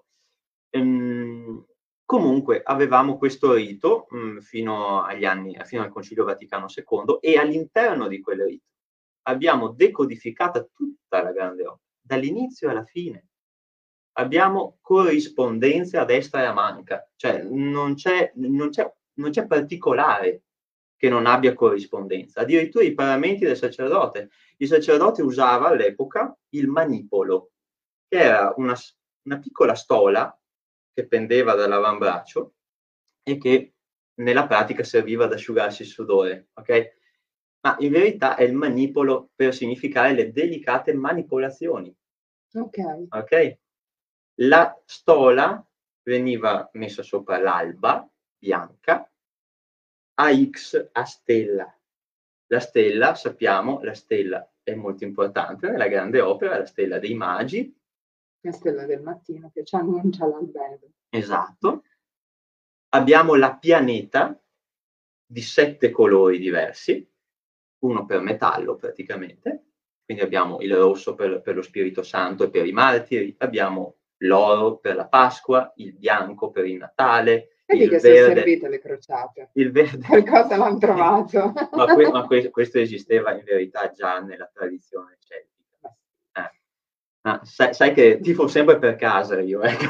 [SPEAKER 2] Ehm, comunque avevamo questo rito mh, fino agli anni, fino al Concilio Vaticano secondo, e all'interno di quel rito abbiamo decodificata tutta la grande opera, dall'inizio alla fine. Abbiamo corrispondenze a destra e a manca, cioè non c'è, non c'è, non c'è particolare che non abbia corrispondenza. Addirittura i paramenti del sacerdote. Il sacerdote usava all'epoca il manipolo, che era una, una piccola stola che pendeva dall'avambraccio e che nella pratica serviva ad asciugarsi il sudore, ok? Ma in verità è il manipolo per significare le delicate manipolazioni,
[SPEAKER 1] ok.
[SPEAKER 2] ok? La stola veniva messa sopra l'alba bianca, a X a stella. La stella, sappiamo, la stella è molto importante nella grande opera, la stella dei magi.
[SPEAKER 1] La stella del mattino che ci annuncia l'albero.
[SPEAKER 2] Esatto. Abbiamo la pianeta di sette colori diversi, uno per metallo praticamente, quindi abbiamo il rosso per, per lo Spirito Santo e per i martiri, abbiamo l'oro per la Pasqua, il bianco per il Natale,
[SPEAKER 1] Vedi
[SPEAKER 2] il
[SPEAKER 1] che sono
[SPEAKER 2] verde,
[SPEAKER 1] servite le crociate.
[SPEAKER 2] il verde.
[SPEAKER 1] Qualcosa l'hanno trovato.
[SPEAKER 2] ma, que, ma que, questo esisteva in verità già nella tradizione celtica. Eh. Ah, sai, sai che tifo sempre per casa io, ecco.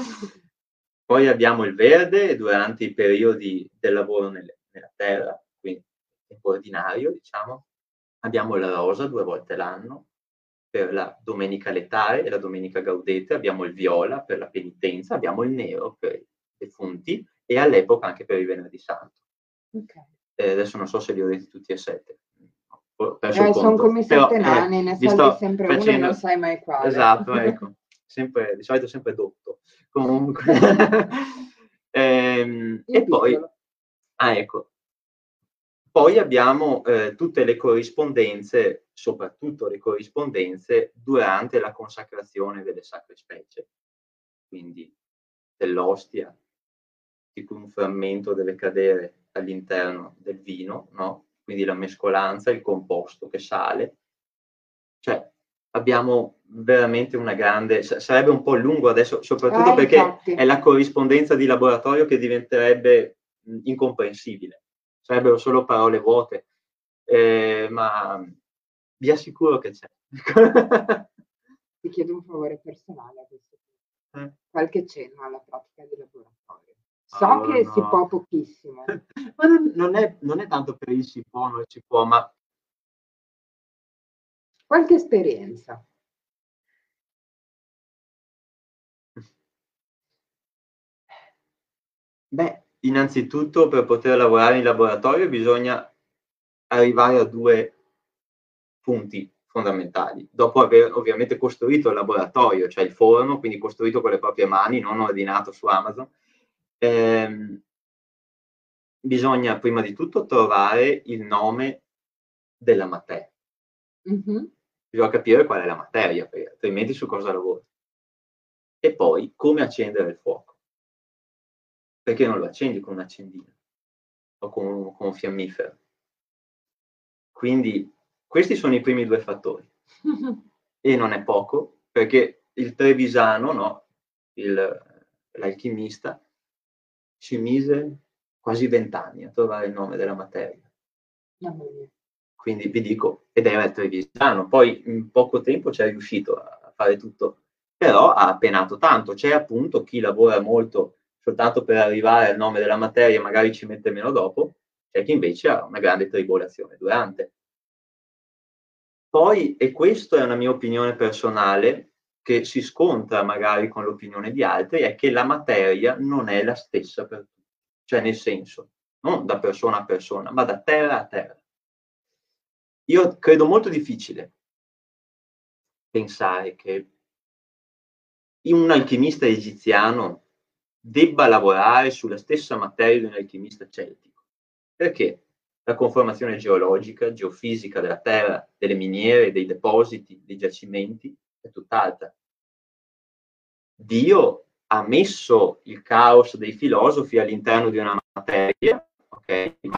[SPEAKER 2] Poi abbiamo il verde durante i periodi del lavoro nelle, nella terra, quindi tempo ordinario, diciamo. Abbiamo il rosa due volte l'anno per la domenica letare e la domenica gaudete, abbiamo il viola per la penitenza, abbiamo il nero per i defunti e all'epoca anche per il venerdì santo.
[SPEAKER 1] Okay.
[SPEAKER 2] Eh, adesso non so se li ho detti tutti e sette. Ho perso
[SPEAKER 1] Eh,
[SPEAKER 2] il
[SPEAKER 1] sono
[SPEAKER 2] conto.
[SPEAKER 1] come i
[SPEAKER 2] Però,
[SPEAKER 1] sette
[SPEAKER 2] eh,
[SPEAKER 1] nani, ne
[SPEAKER 2] vi
[SPEAKER 1] salvi
[SPEAKER 2] sto
[SPEAKER 1] sempre uno e
[SPEAKER 2] facendo-
[SPEAKER 1] non sai mai quale.
[SPEAKER 2] Esatto, ecco. Sempre, di solito sempre dotto. Comunque. Ehm,
[SPEAKER 1] Io
[SPEAKER 2] e poi,
[SPEAKER 1] piccolo.
[SPEAKER 2] ah ecco, poi abbiamo eh, tutte le corrispondenze, soprattutto le corrispondenze durante la consacrazione delle sacre specie, quindi dell'ostia, di cui un frammento deve cadere all'interno del vino, no? Quindi la mescolanza, il composto che sale. Cioè, abbiamo veramente una grande... Sarebbe un po' lungo adesso, soprattutto
[SPEAKER 1] Eh,
[SPEAKER 2] perché
[SPEAKER 1] infatti.
[SPEAKER 2] è la corrispondenza di laboratorio che diventerebbe mh, incomprensibile. Sarebbero solo parole vuote. Eh, ma vi assicuro che c'è.
[SPEAKER 1] Ti chiedo un favore personale a questo punto.
[SPEAKER 2] Eh.
[SPEAKER 1] Qualche cenno alla pratica di laboratorio. So
[SPEAKER 2] Oh,
[SPEAKER 1] che
[SPEAKER 2] no.
[SPEAKER 1] si può pochissimo.
[SPEAKER 2] Ma non, non, è, non è tanto per il si può, non si può, ma
[SPEAKER 1] Qualche esperienza.
[SPEAKER 2] beh, innanzitutto per poter lavorare in laboratorio bisogna arrivare a due punti fondamentali. Dopo aver ovviamente costruito il laboratorio, cioè il forno, quindi costruito con le proprie mani, non ordinato su Amazon, ehm, bisogna prima di tutto trovare il nome della materia.
[SPEAKER 1] Mm-hmm.
[SPEAKER 2] Bisogna capire qual è la materia, perché altrimenti su cosa lavori. E poi come accendere il fuoco. Perché non lo accendi con un accendino o con un, con un fiammifero. Quindi questi sono i primi due fattori. E non è poco, perché il Trevisano, no, il, l'alchimista, ci mise quasi vent'anni a trovare il nome della materia.
[SPEAKER 1] Mamma mia.
[SPEAKER 2] Quindi vi dico, ed era il Trevisano. Poi in poco tempo ci è riuscito a fare tutto però ha penato tanto. C'è appunto chi lavora molto soltanto per arrivare al nome della materia, magari ci mette meno dopo, c'è chi invece ha una grande tribolazione durante. Poi, e questa è una mia opinione personale, che si scontra magari con l'opinione di altri, è che la materia non è la stessa per tutti. Cioè, nel senso, non da persona a persona, ma da terra a terra. Io credo molto difficile pensare che un alchimista egiziano debba lavorare sulla stessa materia di un alchimista celtico. Perché? La conformazione geologica, geofisica della terra, delle miniere, dei depositi, dei giacimenti è tutt'altra. Dio ha messo il caos dei filosofi all'interno di una materia, ok? Ma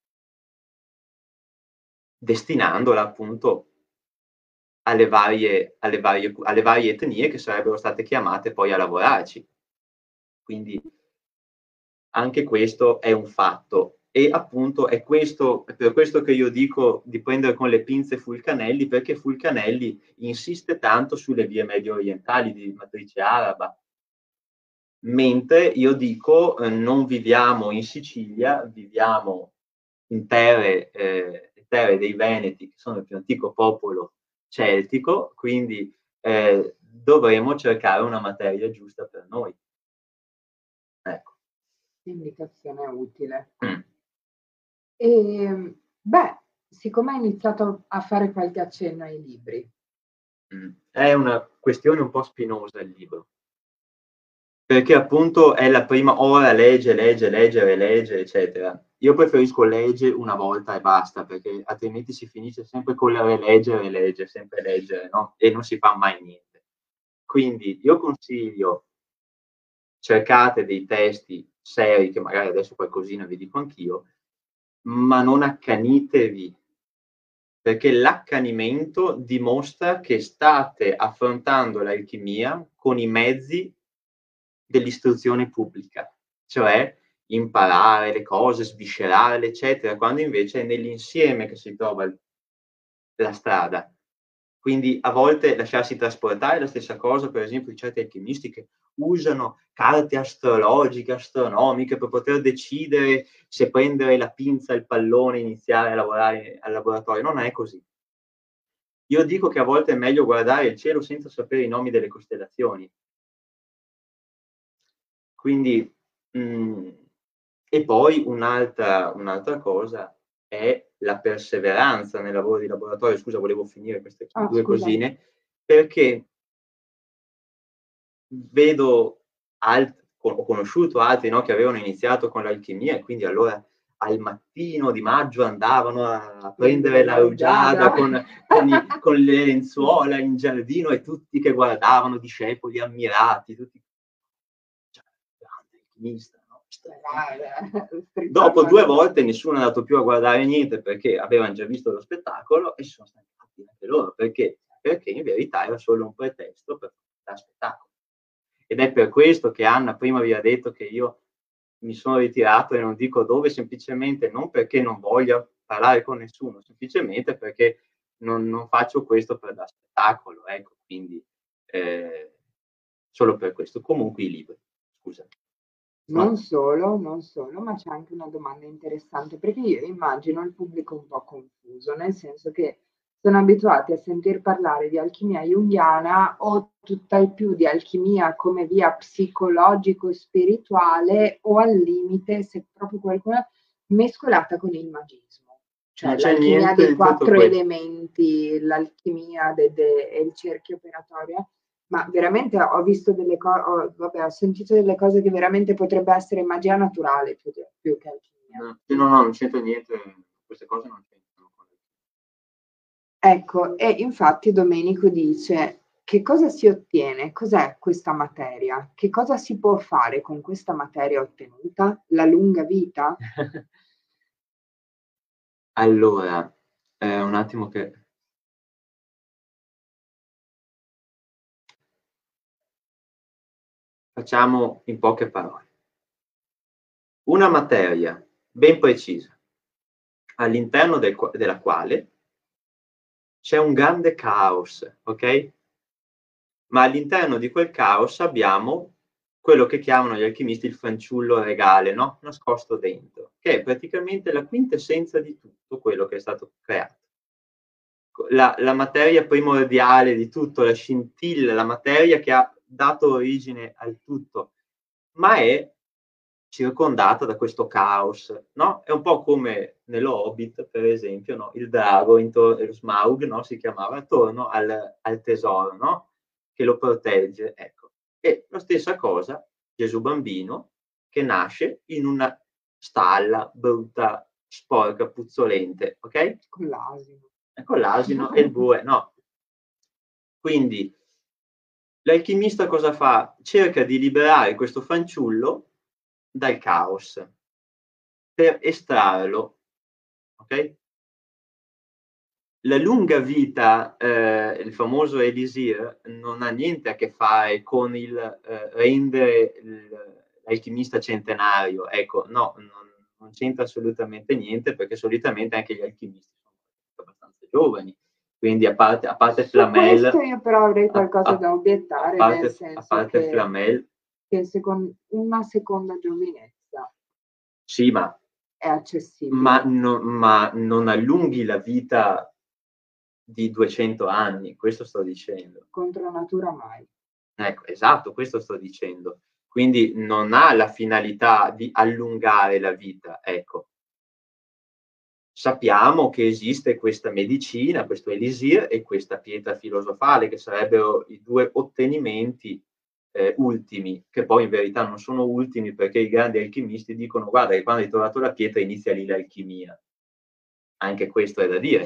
[SPEAKER 2] destinandola appunto alle varie, alle, varie, alle varie etnie che sarebbero state chiamate poi a lavorarci. Quindi anche questo è un fatto. E appunto è, questo, è per questo che io dico di prendere con le pinze Fulcanelli, perché Fulcanelli insiste tanto sulle vie medio orientali di matrice araba, mentre io dico eh, non viviamo in Sicilia, viviamo in terre, eh, terre dei Veneti, che sono il più antico popolo celtico, quindi eh, dovremo cercare una materia giusta per noi. Ecco.
[SPEAKER 1] Indicazione utile.
[SPEAKER 2] Mm.
[SPEAKER 1] E, beh, siccome hai iniziato a fare qualche accenno ai libri.
[SPEAKER 2] Mm. È una questione un po' spinosa il libro, perché appunto è la prima ora legge, legge, leggere, legge, eccetera. Io preferisco leggere una volta e basta, perché altrimenti si finisce sempre con la rileggere, leggere, sempre leggere, no? E non si fa mai niente. Quindi io consiglio, cercate dei testi seri, che magari adesso qualcosina vi dico anch'io, ma non accanitevi, perché l'accanimento dimostra che state affrontando l'alchimia con i mezzi dell'istruzione pubblica, cioè imparare le cose, sviscerarle, eccetera, quando invece è nell'insieme che si trova la strada. Quindi a volte lasciarsi trasportare è la stessa cosa, per esempio, di certi alchimisti che usano carte astrologiche, astronomiche per poter decidere se prendere la pinza, il pallone e iniziare a lavorare al laboratorio. Non è così. Io dico che a volte è meglio guardare il cielo senza sapere i nomi delle costellazioni. Quindi, mh, e poi un'altra, un'altra cosa è la perseveranza nel lavoro di laboratorio. Scusa, volevo finire queste
[SPEAKER 1] Ah,
[SPEAKER 2] due
[SPEAKER 1] scusa.
[SPEAKER 2] cosine, perché vedo alt- ho conosciuto altri, no, che avevano iniziato con l'alchimia e quindi allora al mattino di maggio andavano a prendere la rugiada con, con, i, con le lenzuola in giardino e tutti che guardavano, discepoli ammirati, tutti. Cioè, grande alchimista, no? Dopo due volte nessuno è andato più a guardare niente perché avevano già visto lo spettacolo e si sono stancati anche loro. Perché? Perché in verità era solo un pretesto per fare spettacolo. Ed è per questo che Anna prima vi ha detto che io mi sono ritirato e non dico dove, semplicemente non perché non voglia parlare con nessuno, semplicemente perché non, non faccio questo per dar spettacolo, ecco, quindi eh, solo per questo. Comunque i libri, scusa.
[SPEAKER 1] Non solo, non solo, ma c'è anche una domanda interessante, perché io immagino il pubblico un po' confuso, nel senso che sono abituati a sentir parlare di alchimia junghiana o tutt'al più di alchimia come via psicologico-spirituale o al limite, se proprio qualcuno, mescolata con il magismo. Cioè
[SPEAKER 2] Non c'è
[SPEAKER 1] l'alchimia
[SPEAKER 2] niente
[SPEAKER 1] dei
[SPEAKER 2] di tutto
[SPEAKER 1] quattro
[SPEAKER 2] questo.
[SPEAKER 1] elementi, l'alchimia de- de- e il cerchio operatorio. Ma veramente ho visto delle cose, vabbè, ho sentito delle cose che veramente potrebbe essere magia naturale più, che- più che alchimia.
[SPEAKER 2] No, no, no, non c'entra niente, queste cose non c'entrano.
[SPEAKER 1] Ecco, e infatti Domenico dice: che cosa si ottiene? Cos'è questa materia? Che cosa si può fare con questa materia ottenuta? La lunga vita?
[SPEAKER 2] Allora, eh, un attimo che... Facciamo in poche parole. Una materia ben precisa, all'interno del, della quale c'è un grande caos, ok? ma all'interno di quel caos abbiamo quello che chiamano gli alchimisti il fanciullo regale, no? Nascosto dentro, che è praticamente la quintessenza di tutto quello che è stato creato. La, la materia primordiale di tutto, la scintilla, la materia che ha dato origine al tutto, ma è circondata da questo caos, no? È un po' come nello Hobbit, per esempio, no? Il drago, intorno, lo Smaug, no? Si chiamava, attorno al, al tesoro, no? Che lo protegge, ecco. E la stessa cosa, Gesù bambino, che nasce in una stalla brutta, sporca, puzzolente, ok?
[SPEAKER 1] Con l'asino.
[SPEAKER 2] Con l'asino e il bue, no. Quindi l'alchimista cosa fa? Cerca di liberare questo fanciullo dal caos per estrarlo, ok? La lunga vita, eh, il famoso elisir, non ha niente a che fare con il eh, rendere il, l'alchimista centenario, ecco, no, non, non c'entra assolutamente niente, perché solitamente anche gli alchimisti sono abbastanza giovani, quindi a parte, a parte
[SPEAKER 1] Su
[SPEAKER 2] Flamel,
[SPEAKER 1] questo io però avrei qualcosa
[SPEAKER 2] a, a,
[SPEAKER 1] da obiettare,
[SPEAKER 2] a parte,
[SPEAKER 1] nel senso
[SPEAKER 2] a parte
[SPEAKER 1] che,
[SPEAKER 2] Flamel,
[SPEAKER 1] che secondo una seconda giovinezza
[SPEAKER 2] sì, ma,
[SPEAKER 1] è accessibile.
[SPEAKER 2] ma, no, ma non allunghi la vita di duecento anni, questo sto dicendo.
[SPEAKER 1] Contro natura mai.
[SPEAKER 2] Ecco, esatto, questo sto dicendo. Quindi non ha la finalità di allungare la vita, ecco. Sappiamo che esiste questa medicina, questo elisir e questa pietra filosofale, che sarebbero i due ottenimenti eh, ultimi, che poi in verità non sono ultimi, perché i grandi alchimisti dicono: guarda che quando hai trovato la pietra inizia lì l'alchimia. Anche questo è da dire.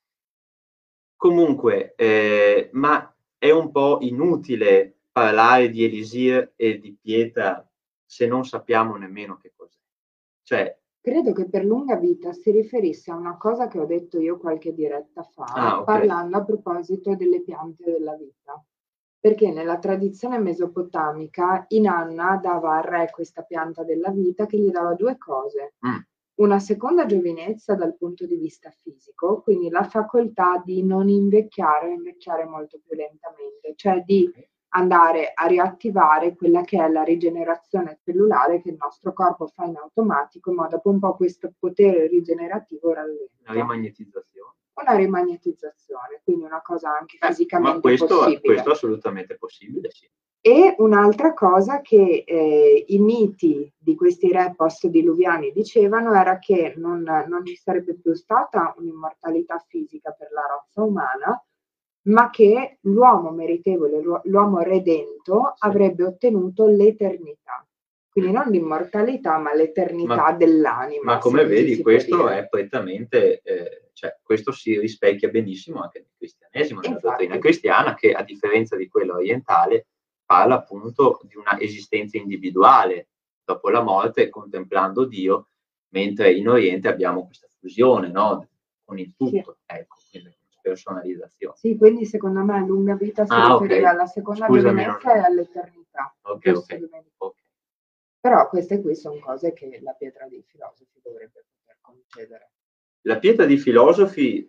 [SPEAKER 2] Comunque, eh, ma è un po' inutile parlare di elisir e di pietra se non sappiamo nemmeno che cos'è. Cioè,
[SPEAKER 1] credo che per lunga vita si riferisse a una cosa che ho detto io qualche diretta fa,
[SPEAKER 2] ah, okay.
[SPEAKER 1] parlando a proposito delle piante della vita. Perché nella tradizione mesopotamica Inanna dava al re questa pianta della vita che gli dava due cose.
[SPEAKER 2] Mm.
[SPEAKER 1] Una seconda giovinezza dal punto di vista fisico, quindi la facoltà di non invecchiare o invecchiare molto più lentamente, cioè di andare a riattivare quella che è la rigenerazione cellulare che il nostro corpo fa in automatico, ma dopo un po' questo potere rigenerativo rallenta.
[SPEAKER 2] Una rimagnetizzazione.
[SPEAKER 1] Una rimagnetizzazione, quindi una cosa anche
[SPEAKER 2] Eh,
[SPEAKER 1] fisicamente
[SPEAKER 2] ma questo,
[SPEAKER 1] possibile.
[SPEAKER 2] questo è assolutamente possibile, sì.
[SPEAKER 1] E un'altra cosa che eh, i miti di questi re post-diluviani dicevano era che non, non ci sarebbe più stata un'immortalità fisica per la razza umana, ma che l'uomo meritevole, l'uomo redento, sì, avrebbe ottenuto l'eternità. Quindi non l'immortalità, ma l'eternità ma, dell'anima.
[SPEAKER 2] Ma come vedi, questo è prettamente, eh, cioè questo si rispecchia benissimo anche nel cristianesimo, nella
[SPEAKER 1] Infatti,
[SPEAKER 2] dottrina cristiana, che a differenza di quella orientale parla appunto di una esistenza individuale dopo la morte, contemplando Dio, mentre in Oriente abbiamo questa fusione, no? Con il tutto, sì, ecco, quindi personalizzazione.
[SPEAKER 1] Sì, quindi secondo me lunga vita si
[SPEAKER 2] ah,
[SPEAKER 1] riferiva
[SPEAKER 2] okay.
[SPEAKER 1] alla seconda
[SPEAKER 2] Scusami,
[SPEAKER 1] giovinezza
[SPEAKER 2] non...
[SPEAKER 1] e all'eternità.
[SPEAKER 2] Ok, ok. okay.
[SPEAKER 1] Però queste qui sono cose che la pietra dei filosofi dovrebbe poter concedere.
[SPEAKER 2] La pietra dei filosofi,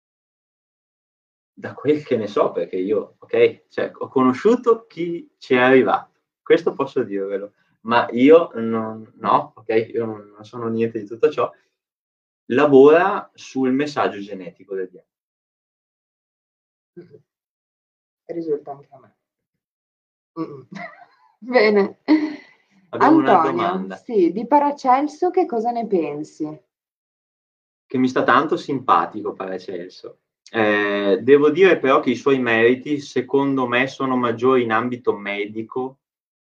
[SPEAKER 2] da quel che ne so, perché io, ok, cioè, ho conosciuto chi ci è arrivato, questo posso dirvelo, ma io non, no, ok, io non, non sono niente di tutto ciò, lavora sul messaggio genetico del D N A.
[SPEAKER 1] Mm-hmm. Risulta anche a me. Mm-hmm. Bene.
[SPEAKER 2] Abbiamo
[SPEAKER 1] Antonio,
[SPEAKER 2] una domanda.
[SPEAKER 1] Sì, di Paracelso che cosa ne pensi?
[SPEAKER 2] Che mi sta tanto simpatico Paracelso. Eh, devo dire però che i suoi meriti, secondo me, sono maggiori in ambito medico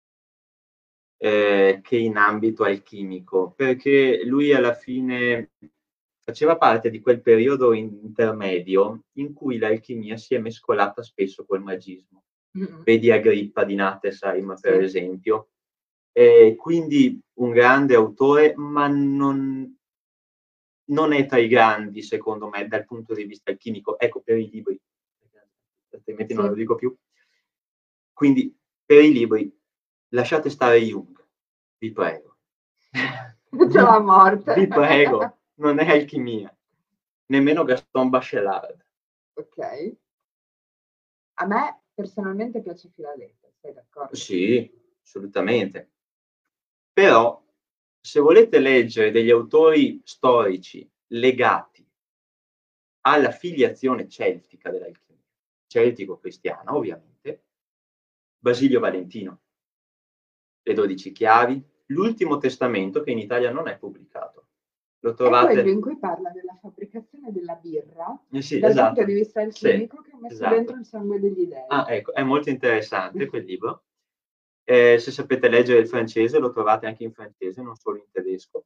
[SPEAKER 2] eh, che in ambito alchimico, perché lui alla fine faceva parte di quel periodo intermedio in cui l'alchimia si è mescolata spesso col magismo. Mm-hmm. Vedi Agrippa di Nattesheim, per sì. esempio. Eh, quindi un grande autore, ma non, non è tra i grandi, secondo me, dal punto di vista alchimico. Ecco, per i libri, altrimenti sì. non lo dico più. Quindi, per i libri, lasciate stare Jung, vi prego.
[SPEAKER 1] C'è la morte.
[SPEAKER 2] Vi prego, non è alchimia. Nemmeno Gaston Bachelard.
[SPEAKER 1] Ok. A me personalmente piace Filadelfia, sei d'accordo?
[SPEAKER 2] Sì, assolutamente. Però, se volete leggere degli autori storici legati alla filiazione celtica dell'alchimia, celtico-cristiana ovviamente, Basilio Valentino, Le dodici chiavi, l'Ultimo Testamento che in Italia non è pubblicato. Lo
[SPEAKER 1] È quello
[SPEAKER 2] trovate...
[SPEAKER 1] in cui parla della fabbricazione della birra
[SPEAKER 2] Eh sì,
[SPEAKER 1] dal
[SPEAKER 2] esatto.
[SPEAKER 1] punto di vista
[SPEAKER 2] Sì,
[SPEAKER 1] alchimico, che ha messo
[SPEAKER 2] esatto.
[SPEAKER 1] dentro il sangue degli dei.
[SPEAKER 2] Ah, ecco, è molto interessante quel libro. Eh, se sapete leggere il francese, lo trovate anche in francese, non solo in tedesco.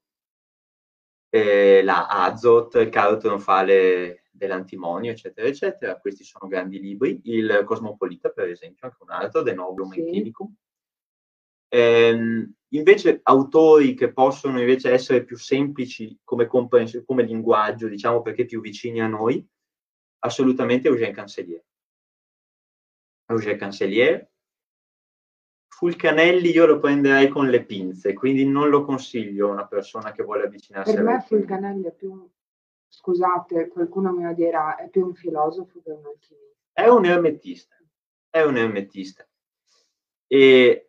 [SPEAKER 2] Eh, la Azot, il caro trionfale dell'antimonio, eccetera, eccetera. Questi sono grandi libri. Il Cosmopolita, per esempio, anche un altro, De Novum
[SPEAKER 1] Sì.
[SPEAKER 2] Chemicum. Ehm, invece autori che possono invece essere più semplici come, comprens- come linguaggio, diciamo, perché più vicini a noi, assolutamente Eugène Cancelliere. Eugène Cancelliere. Fulcanelli io lo prenderei con le pinze, quindi non lo consiglio a una persona che vuole avvicinarsi
[SPEAKER 1] Per me
[SPEAKER 2] all'alchimia.
[SPEAKER 1] Fulcanelli è più, scusate, qualcuno mi odierà, è più un filosofo che un alchimista.
[SPEAKER 2] È un ermetista, è un ermetista. E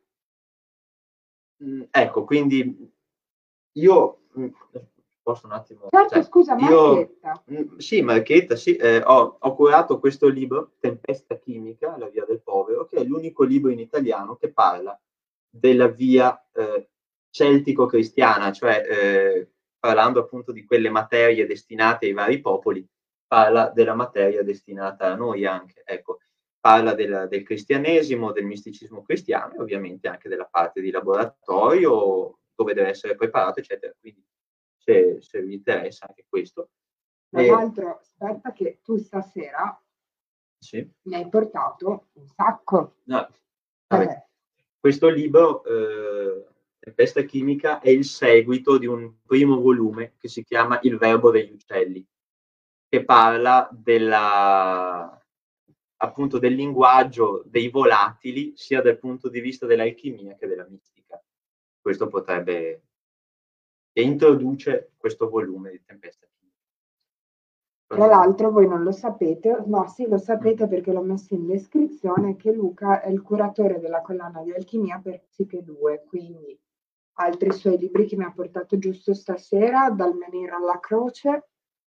[SPEAKER 2] mh, ecco, quindi io mh, posso un attimo.
[SPEAKER 1] Certo,
[SPEAKER 2] cioè,
[SPEAKER 1] scusa,
[SPEAKER 2] io,
[SPEAKER 1] Marchetta.
[SPEAKER 2] mh, sì, Marchetta, sì, eh, ho, ho curato questo libro, Tempesta chimica, La via del povero, che è l'unico libro in italiano che parla della via eh, celtico-cristiana, cioè eh, parlando appunto di quelle materie destinate ai vari popoli, parla della materia destinata a noi anche, ecco, parla del, del cristianesimo, del misticismo cristiano e ovviamente anche della parte di laboratorio dove deve essere preparato, eccetera. Quindi se, se vi interessa anche questo.
[SPEAKER 1] Tra
[SPEAKER 2] E,
[SPEAKER 1] l'altro, aspetta che tu stasera
[SPEAKER 2] sì.
[SPEAKER 1] mi hai portato un sacco.
[SPEAKER 2] No, vabbè.
[SPEAKER 1] Eh,
[SPEAKER 2] Questo libro, eh, Tempesta chimica, è il seguito di un primo volume che si chiama Il verbo degli uccelli, che parla della, appunto del linguaggio dei volatili, sia dal punto di vista dell'alchimia che della mistica. Questo potrebbe... e introduce questo volume di Tempesta chimica.
[SPEAKER 1] Tra l'altro voi non lo sapete, no sì lo sapete perché l'ho messo in descrizione, che Luca è il curatore della collana di alchimia per Psiche due, quindi altri suoi libri che mi ha portato giusto stasera, Dal menire alla croce,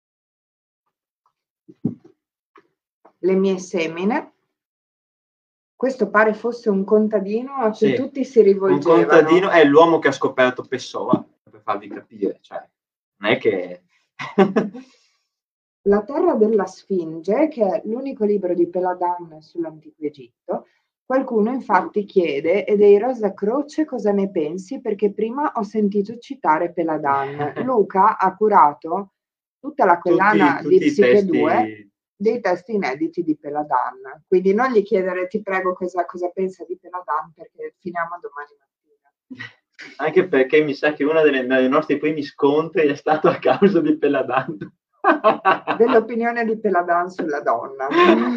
[SPEAKER 1] Le mie semine. Questo pare fosse un contadino a cui
[SPEAKER 2] Sì,
[SPEAKER 1] tutti si
[SPEAKER 2] un
[SPEAKER 1] rivolgevano.
[SPEAKER 2] contadino è l'uomo che ha scoperto Pessoa, per farvi capire, cioè, non è che...
[SPEAKER 1] La terra della Sfinge, che è l'unico libro di Peladan sull'antico Egitto. Qualcuno infatti chiede, e dei Rosa Croce cosa ne pensi? Perché prima ho sentito citare Peladan. Luca ha curato tutta la collana
[SPEAKER 2] tutti,
[SPEAKER 1] di
[SPEAKER 2] tutti i
[SPEAKER 1] Psiche
[SPEAKER 2] testi...
[SPEAKER 1] due dei testi inediti di Peladan. Quindi non gli chiedere, ti prego, cosa, cosa pensa di Peladan, perché finiamo domani mattina.
[SPEAKER 2] Anche perché mi sa che uno dei nostri primi scontri è stato a causa di Peladan.
[SPEAKER 1] Dell'opinione di Peladan sulla donna.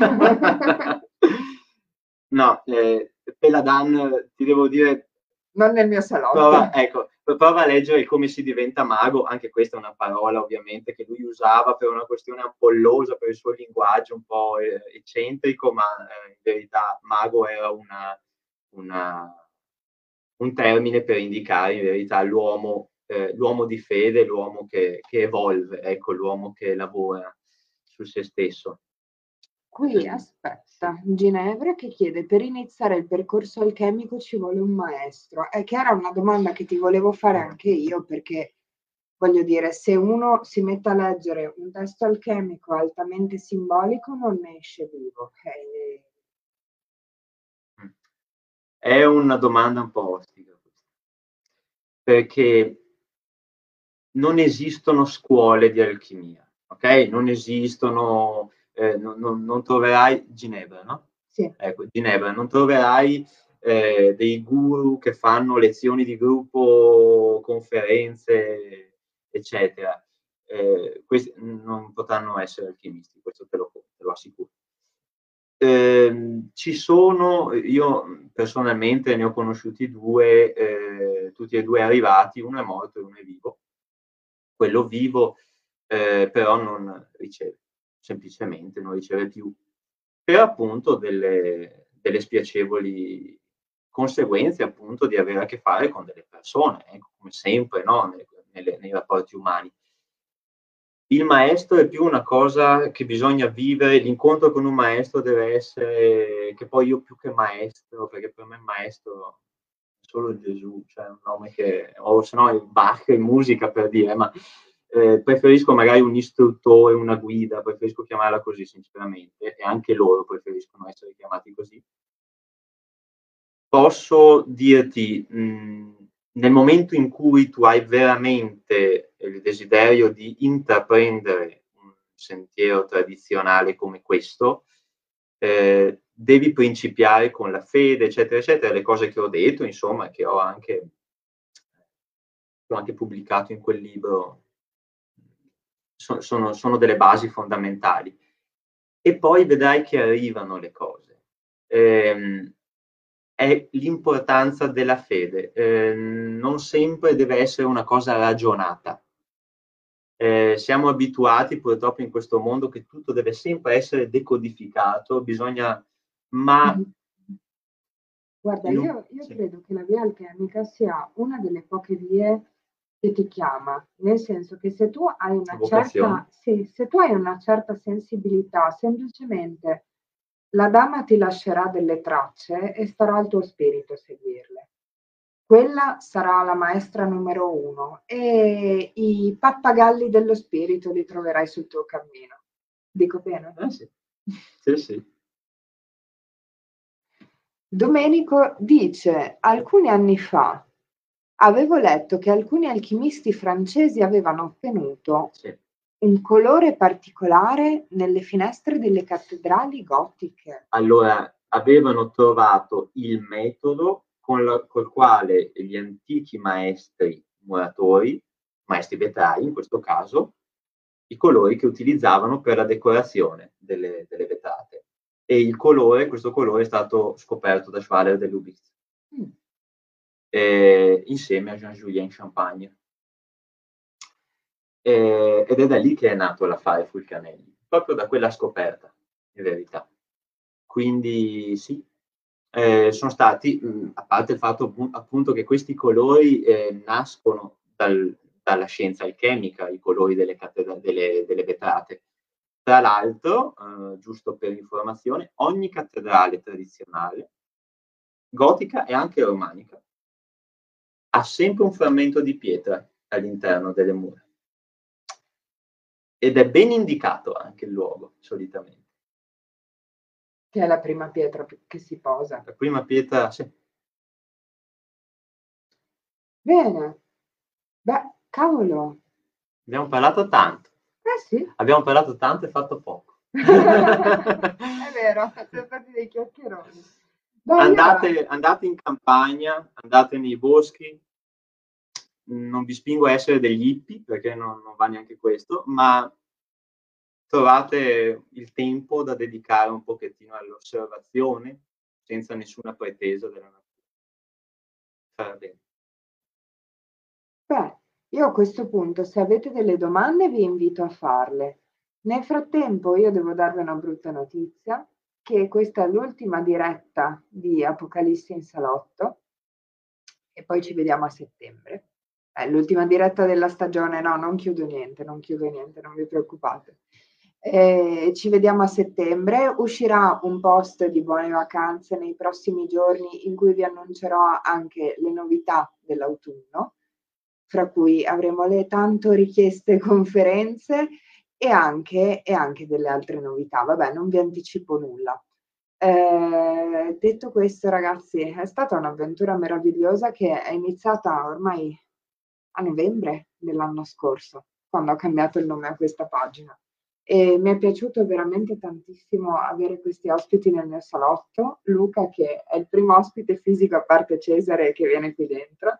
[SPEAKER 2] No, eh, Peladan, ti devo dire...
[SPEAKER 1] Non nel mio salotto.
[SPEAKER 2] Prova, ecco, prova a leggere Come si diventa mago, anche questa è una parola ovviamente che lui usava per una questione ampollosa, per il suo linguaggio un po' eh, eccentrico, ma eh, in verità mago era una, una, un termine per indicare in verità l'uomo, eh, l'uomo di fede, l'uomo che, che evolve, ecco, l'uomo che lavora su se stesso.
[SPEAKER 1] Qui, aspetta, Ginevra che chiede, per iniziare il percorso alchemico ci vuole un maestro. È che era una domanda che ti volevo fare anche io, perché voglio dire, se uno si mette a leggere un testo alchemico altamente simbolico non ne esce vivo. Eh,
[SPEAKER 2] È una domanda un po' ostica questa, perché non esistono scuole di alchimia, ok? Non esistono, eh, non, non, non troverai Ginevra, no?
[SPEAKER 1] Sì.
[SPEAKER 2] Ecco, Ginevra, non troverai eh, dei guru che fanno lezioni di gruppo, conferenze, eccetera. Eh, questi non potranno essere alchimisti, questo te lo, te lo assicuro. Eh, ci sono, io personalmente ne ho conosciuti due, eh, tutti e due arrivati, uno è morto e uno è vivo. Quello vivo eh, però non riceve, semplicemente non riceve più, per appunto delle, delle spiacevoli conseguenze appunto di avere a che fare con delle persone, ecco, come sempre, no? Nelle- nelle- nei rapporti umani. Il maestro è più una cosa che bisogna vivere, l'incontro con un maestro deve essere, che poi io più che maestro, perché per me il maestro è solo Gesù, cioè un nome che, o se no il Bach in musica per dire, ma eh, preferisco magari un istruttore, una guida, preferisco chiamarla così sinceramente, e anche loro preferiscono essere chiamati così. Posso dirti, mh, nel momento in cui tu hai veramente il desiderio di intraprendere un sentiero tradizionale come questo, eh, devi principiare con la fede, eccetera, eccetera, le cose che ho detto, insomma, che ho anche, ho anche pubblicato in quel libro, so- sono, sono delle basi fondamentali. E poi vedrai che arrivano le cose. Ehm, è l'importanza della fede. Eh, non sempre deve essere una cosa ragionata. Eh, siamo abituati purtroppo in questo mondo che tutto deve sempre essere decodificato, bisogna, ma...
[SPEAKER 1] Guarda,
[SPEAKER 2] in un-
[SPEAKER 1] io, io
[SPEAKER 2] sì,
[SPEAKER 1] credo che la via alchemica sia una delle poche vie che ti chiama, nel senso che se tu hai una
[SPEAKER 2] vocazione.
[SPEAKER 1] certa, sì, se tu hai una certa sensibilità, semplicemente la dama ti lascerà delle tracce e starà al tuo spirito a seguirle. Quella sarà la maestra numero uno e i pappagalli dello spirito li troverai sul tuo cammino. Dico bene?
[SPEAKER 2] Eh sì, sì, sì.
[SPEAKER 1] Domenico dice, alcuni anni fa avevo letto che alcuni alchimisti francesi avevano ottenuto
[SPEAKER 2] Sì.
[SPEAKER 1] un colore particolare nelle finestre delle cattedrali gotiche.
[SPEAKER 2] Allora, avevano trovato il metodo con la, col quale gli antichi maestri muratori, maestri vetrai in questo caso, i colori che utilizzavano per la decorazione delle, delle vetrate. E il colore, questo colore è stato scoperto da Schwaller de Lubitz,
[SPEAKER 1] Mm.
[SPEAKER 2] eh, insieme a Jean-Julien Champagne. Eh, ed è da lì che è nato l'affare Fulcanelli, proprio da quella scoperta, in verità. Quindi sì, eh, sono stati, mh, a parte il fatto appunto che questi colori eh, nascono dal, dalla scienza alchemica, i colori delle, cattedra- delle, delle vetrate. Tra l'altro, eh, giusto per informazione, ogni cattedrale tradizionale, gotica e anche romanica, ha sempre un frammento di pietra all'interno delle mura. Ed è ben indicato anche il luogo, solitamente.
[SPEAKER 1] Che è la prima pietra che si posa.
[SPEAKER 2] La prima pietra, sì.
[SPEAKER 1] Bene. Beh, cavolo.
[SPEAKER 2] Abbiamo parlato tanto.
[SPEAKER 1] Eh sì.
[SPEAKER 2] Abbiamo parlato tanto e fatto poco.
[SPEAKER 1] È vero, siamo stati dei chiacchieroni. Beh, io...
[SPEAKER 2] andate, andate in campagna, andate nei boschi. Non vi spingo a essere degli hippie, perché non, non va neanche questo, ma trovate il tempo da dedicare un pochettino all'osservazione, senza nessuna pretesa della natura. Farà bene.
[SPEAKER 1] Beh, io a questo punto, se avete delle domande, vi invito a farle. Nel frattempo, io devo darvi una brutta notizia, che questa è l'ultima diretta di Apocalisse in salotto e poi ci vediamo a settembre. È l'ultima diretta della stagione, no, non chiudo niente, non chiudo niente, non vi preoccupate. Eh, ci vediamo a settembre, uscirà un post di buone vacanze nei prossimi giorni in cui vi annuncerò anche le novità dell'autunno, fra cui avremo le tanto richieste conferenze e anche, e anche delle altre novità. Vabbè, non vi anticipo nulla. Eh, detto questo, ragazzi, è stata un'avventura meravigliosa che è iniziata ormai a novembre dell'anno scorso, quando ho cambiato il nome a questa pagina. E mi è piaciuto veramente tantissimo avere questi ospiti nel mio salotto. Luca, che è il primo ospite fisico a parte Cesare che viene qui dentro.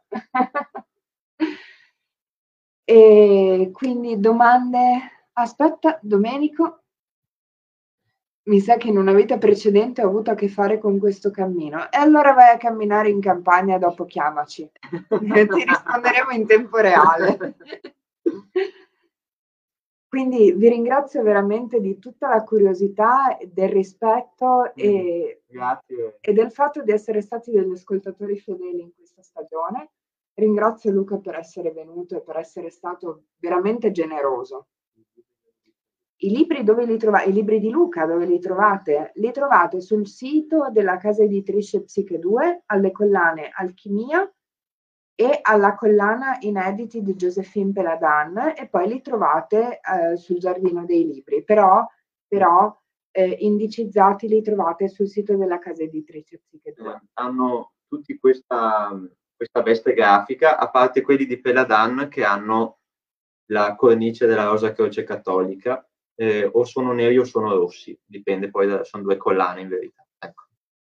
[SPEAKER 1] E quindi domande. Aspetta, Domenico. Mi sa che in una vita precedente ho avuto a che fare con questo cammino. E allora vai a camminare in campagna e dopo chiamaci. Ti risponderemo in tempo reale. Quindi vi ringrazio veramente di tutta la curiosità, del rispetto e,
[SPEAKER 2] Grazie.
[SPEAKER 1] e del fatto di essere stati degli ascoltatori fedeli in questa stagione. Ringrazio Luca per essere venuto e per essere stato veramente generoso. I libri dove li trovate? I libri di Luca dove li trovate? Li trovate sul sito della casa editrice Psiche due, alle collane Alchimia e alla collana Inediti di Josephine Peladan, e poi li trovate eh, sul Giardino dei Libri, però, però eh, indicizzati li trovate sul sito della casa editrice Psiche due.
[SPEAKER 2] Hanno tutti questa, questa veste grafica, a parte quelli di Peladan che hanno la cornice della Rosa Croce Cattolica, eh, o sono neri o sono rossi, dipende poi, da, sono due collane in verità. Ecco.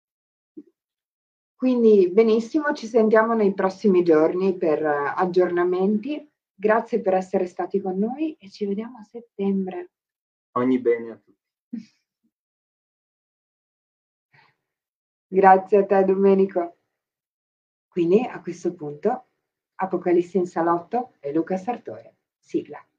[SPEAKER 1] Quindi benissimo, ci sentiamo nei prossimi giorni per uh, aggiornamenti. Grazie per essere stati con noi e ci vediamo a settembre.
[SPEAKER 2] Ogni bene a tutti.
[SPEAKER 1] Grazie a te Domenico. Quindi a questo punto Apocalisse in salotto e Luca Sartore. Sigla.